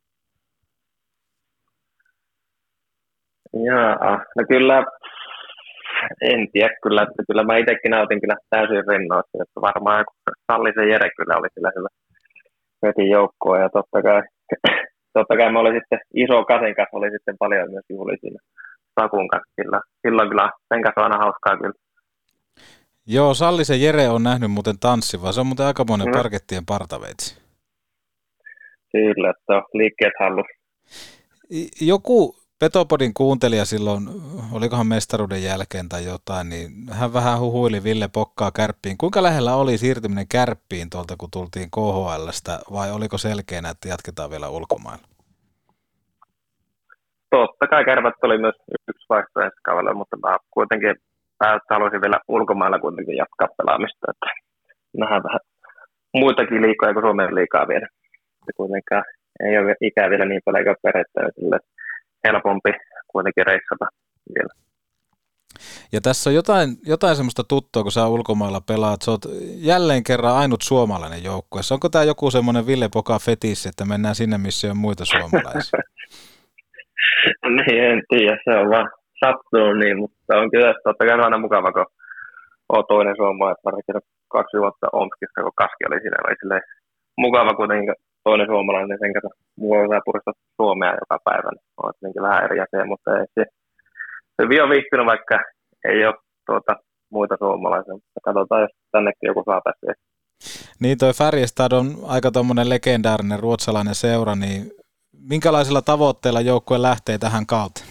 Jaa, no kyllä, en tiedä kyllä, että kyllä mä itsekin nautin kyllä täysin rennoasti, että varmaan Sallisen Jere kyllä oli sillä hyvä veti joukkoa ja totta kai mä olin sitten iso Kasen kanssa, oli sitten paljon myös juhli siinä Sakun kanssa, silloin kyllä sen kanssa on aina hauskaa kyllä. Joo, Sallisen Jere on nähnyt muuten tanssivaa, se on muuten aikamoinen parkettien partaveitsi. Kyllä, että on liikkeet hallussa. Joku Petopodin kuuntelija silloin, olikohan mestaruuden jälkeen tai jotain, niin hän vähän huhuili Ville Pokkaa Kärppiin. Kuinka lähellä oli siirtyminen Kärppiin tuolta, kun tultiin KHL:stä, vai oliko selkeänä, että jatketaan vielä ulkomailla? Totta kai Kärpät oli myös yksi vaihtoehto ensi kaudella, mutta mä kuitenkin haluaisin vielä ulkomailla kuitenkin jatkaa pelaamista, että nähdään vähän muitakin liikoja kuin Suomen liigaa vielä. Ja kuitenkaan ei ole ikää vielä niin paljon eikä perhettä, helpompi kuitenkin reissata vielä. Ja tässä on jotain semmoista tuttua, kun sä ulkomailla pelaat. Sä oot jälleen kerran ainut suomalainen joukkueessa. Onko tämä joku semmoinen Ville Poka fetissi, että mennään sinne, missä on muita suomalaisia? Niin, en tiedä. Se on vaan sattunut niin, mutta on kyllä totta kai aina mukava, kun on toinen suomalainen. Varsinkin 2 vuotta Omskissa, kun Kaski oli siinä. Oli mukava kuitenkin toinen suomalainen, sen kanssa muu osaa puristaa Suomea joka päivä. On jotenkin vähän eri asia, mutta ei se hyvin on viihtynyt, vaikka ei ole muita suomalaisia. Mutta katsotaan, jos tännekin joku saa päästä. Niin, toi Färjestad on aika tommonen legendaarinen ruotsalainen seura, niin minkälaisilla tavoitteilla joukkue lähtee tähän kautta?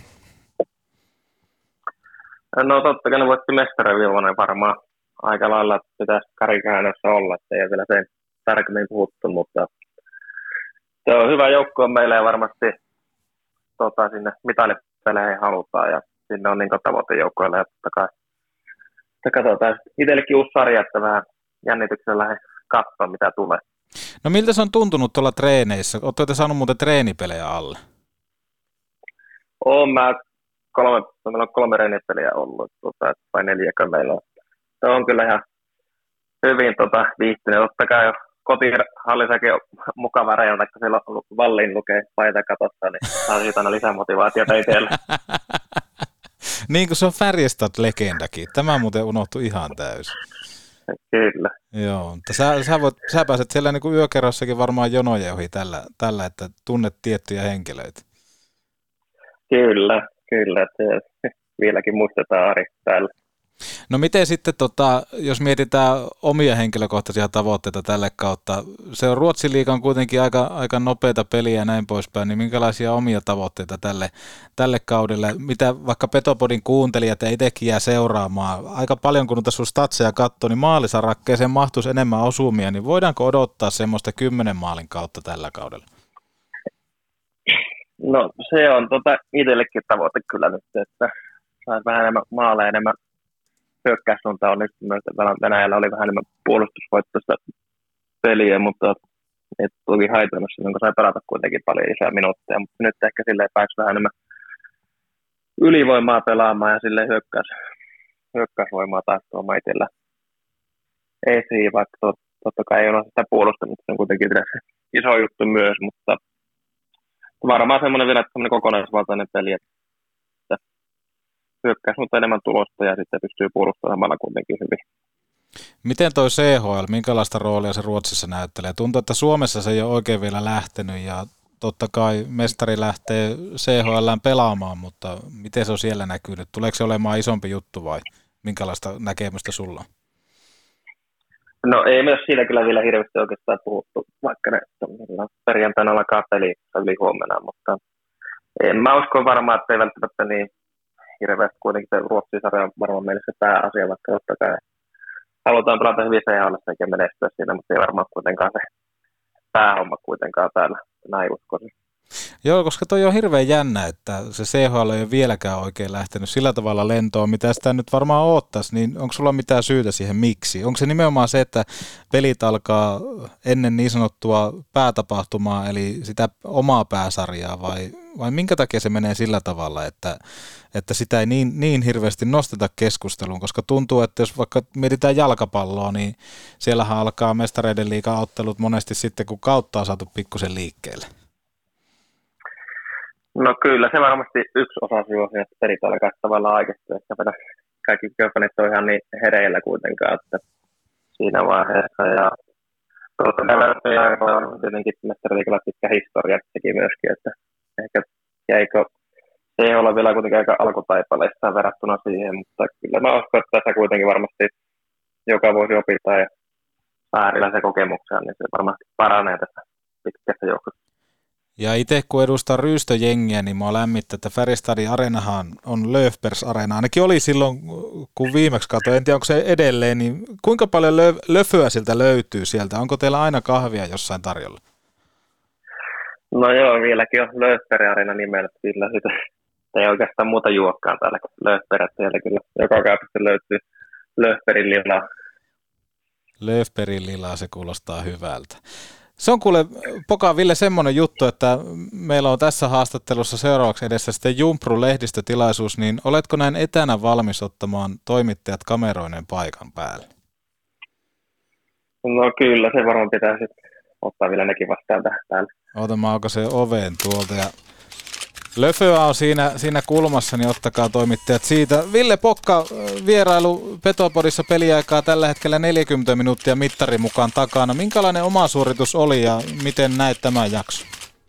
No totta kai ne voitti mestariviivoinen varmaan aika lailla, että pitäisi karikäännössä olla, että ei ole vielä sen tarkemmin puhuttu, mutta se on hyvä joukko meillä ja varmasti sinne mitalipeleihin halutaan ja sinne on niin tavoitejoukkoilla ja totta kai katsotaan itsellekin uusi sarja, että vähän jännityksellä lähden katsoa mitä tulee. No miltä se on tuntunut tuolla treeneissä? Oletko te saanut muuten treenipelejä alle? Meillä on 3 treenipeliä ollut, vai 4 meillä on. Se on kyllä ihan hyvin viihtynyt. Totta kai jo kotihallissakin on mukava reilata, kun siellä on Vallin lukee paita katossa, niin saa siitä aina lisämotivaatiota itsellä. Niin kuin se on Färjestad-legendakin. Tämä muuten unohtui ihan täysin. Kyllä. Joo, mutta sä pääset siellä niin kuin yökerrossakin varmaan jonojen ohi tällä, että tunnet tiettyjä henkilöitä. Kyllä, että vieläkin muistetaan Ari täällä. No miten sitten, jos mietitään omia henkilökohtaisia tavoitteita tälle kautta, se on Ruotsin liigan kuitenkin aika nopeita peliä ja näin poispäin, niin minkälaisia omia tavoitteita tälle kaudelle, mitä vaikka Petopodin kuuntelijat ja itsekin jää seuraamaan, aika paljon kun noita sun statseja katsoo, niin maalisarakkeeseen mahtuisi enemmän osumia, niin voidaanko odottaa semmoista 10 maalin kautta tällä kaudella? No se on itsellekin tavoite kyllä nyt, että saisi vähän enemmän maaleja, enemmän hyökkäyssuunta onnistunut. Venäjällä oli vähän enemmän puolustusvoittoista peliä, mutta et toki haitannut silloin, kun sai pelata kuitenkin paljon lisää minuutteja. Mutta nyt ehkä silleen pääsi vähän enemmän ylivoimaa pelaamaan ja silleen hyökkäysvoimaa taas tuomaan itsellä esiin, vaikka totta kai ei ole sitä puolustanut, se on kuitenkin iso juttu myös, mutta varmaan semmoinen vielä semmoinen kokonaisvaltainen peli, että hyökkäys mutta enemmän tulosta ja sitten pystyy puolustamaan kuitenkin hyvin. Miten toi CHL, minkälaista roolia se Ruotsissa näyttelee? Tuntuu, että Suomessa se ei ole oikein vielä lähtenyt ja totta kai mestari lähtee CHL:ään pelaamaan, mutta miten se on siellä näkynyt? Tuleeko se olemaan isompi juttu vai minkälaista näkemystä sulla on? No ei myös siitä kyllä vielä hirveästi oikeastaan puhuttu, vaikka ne perjantaina alkaa peli yli huomenna, mutta en mä usko varmaan, että ei välttämättä niin hirveästi kuitenkin se Ruotsin sarja on varmaan meille se pääasia, vaikka totta kai halutaan pelata hyvin CHL:ssä eikä menestyä siinä, mutta ei varmaan kuitenkaan se päähomma kuitenkaan täällä näin uskoisin. Joo, koska toi on hirveän jännä, että se CHL ei ole vieläkään oikein lähtenyt sillä tavalla lentoon, mitä sitä nyt varmaan oottaisi, niin onko sulla mitään syytä siihen miksi? Onko se nimenomaan se, että pelit alkaa ennen niin sanottua päätapahtumaa, eli sitä omaa pääsarjaa, vai minkä takia se menee sillä tavalla, että sitä ei niin hirveästi nosteta keskusteluun, koska tuntuu, että jos vaikka mietitään jalkapalloa, niin siellähän alkaa mestareiden liigan ottelut monesti sitten, kun kautta on saatu pikkusen liikkeelle. No kyllä, se varmasti yksi osa syy, että pelit alkaa tavallaan aikaisesti, että kaikki kööfanit on ihan niin hereillä kuitenkaan, että siinä vaiheessa. Ja on tietenkin mestariliigalla pitkä historia sekin myöskin, että ehkä jäikö se ei ole vielä kuitenkin aika alkutaipaleissa verrattuna siihen, mutta kyllä mä uskon, että tässä kuitenkin varmasti joka vuosi opitaan ja saa erilaisia kokemuksia, niin se varmasti paranee tässä pitkässä juoksussa. Ja itse kun edustan Ryystöjengiä, niin mua lämmittää, että Färjestadin areenahan on Löfbergs-areena. Ainakin oli silloin, kun viimeksi katsoin. En tiedä, onko se edelleen, niin kuinka paljon löföä siltä löytyy sieltä? Onko teillä aina kahvia jossain tarjolla? No joo, vieläkin on Löfberg-areena nimellä. Kyllä sitä ei oikeastaan muuta juokkaan täällä kuin Löfberg. Siellä kyllä joka kaupasta löytyy Löfbergin lilaa. Löfbergin lilaa, se kuulostaa hyvältä. Se on kuule, Poka Ville, semmoinen juttu, että meillä on tässä haastattelussa seuraavaksi edessä sitten Jumpru-lehdistötilaisuus, niin oletko näin etänä valmis ottamaan toimittajat kameroinen paikan päälle? No kyllä, se varmaan pitää sitten ottaa vielä nekin vastaan täällä. Oota, mä aukasen oven tuolta ja löföä on siinä kulmassa, niin ottakaa toimittajat siitä. Ville Pokka, vierailu Petopodissa peliaikaa tällä hetkellä 40 minuuttia mittarin mukaan takana. Minkälainen oma suoritus oli ja miten näet tämän jakson?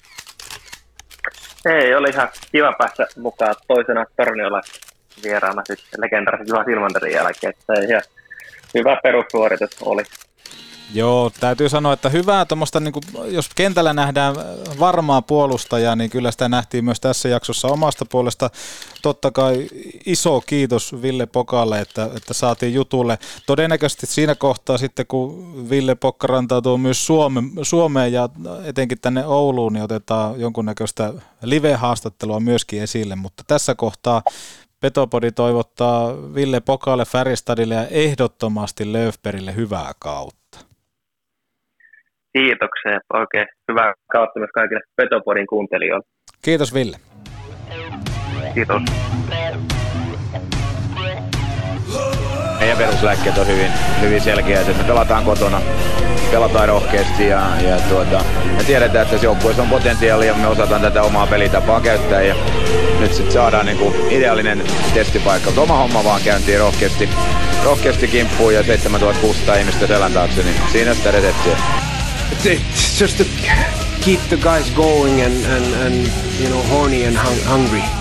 Ei, oli ihan kiva päästä mukaan toisena Torniolla vieraana sitten legendaarisen Juha Silmanderin jälkeen. Että ihan hyvä perussuoritus oli. Joo, täytyy sanoa, että hyvää tuommoista, niin jos kentällä nähdään varmaa puolustajaa, niin kyllä sitä nähtiin myös tässä jaksossa omasta puolesta. Totta kai iso kiitos Ville Pokalle, että saatiin jutulle. Todennäköisesti siinä kohtaa sitten, kun Ville Pokka rantautuu myös Suomeen ja etenkin tänne Ouluun, niin otetaan jonkunnäköistä live-haastattelua myöskin esille, mutta tässä kohtaa Petopodi toivottaa Ville Pokalle, Färjestadille ja ehdottomasti Löfbergille hyvää kautta. Kiitoksia. Oikein hyvää kautta myös kaikille Petopodin kuuntelijoille. Kiitos Ville. Kiitos. Meidän peruslääkkeet on hyvin selkeät, että me pelataan kotona, pelataan rohkeasti ja me tiedetään, että tässä joukkueessa on potentiaalia ja me osataan tätä omaa pelitapaa käyttää ja nyt sitten saadaan niinku ideaalinen testipaikka. Oma homma vaan käyntiin rohkeasti rohkeasti kimppuun ja 7600 ihmistä selän taakse, niin siinä sitä reseptiä. It's just to keep the guys going and you know, horny and hungry.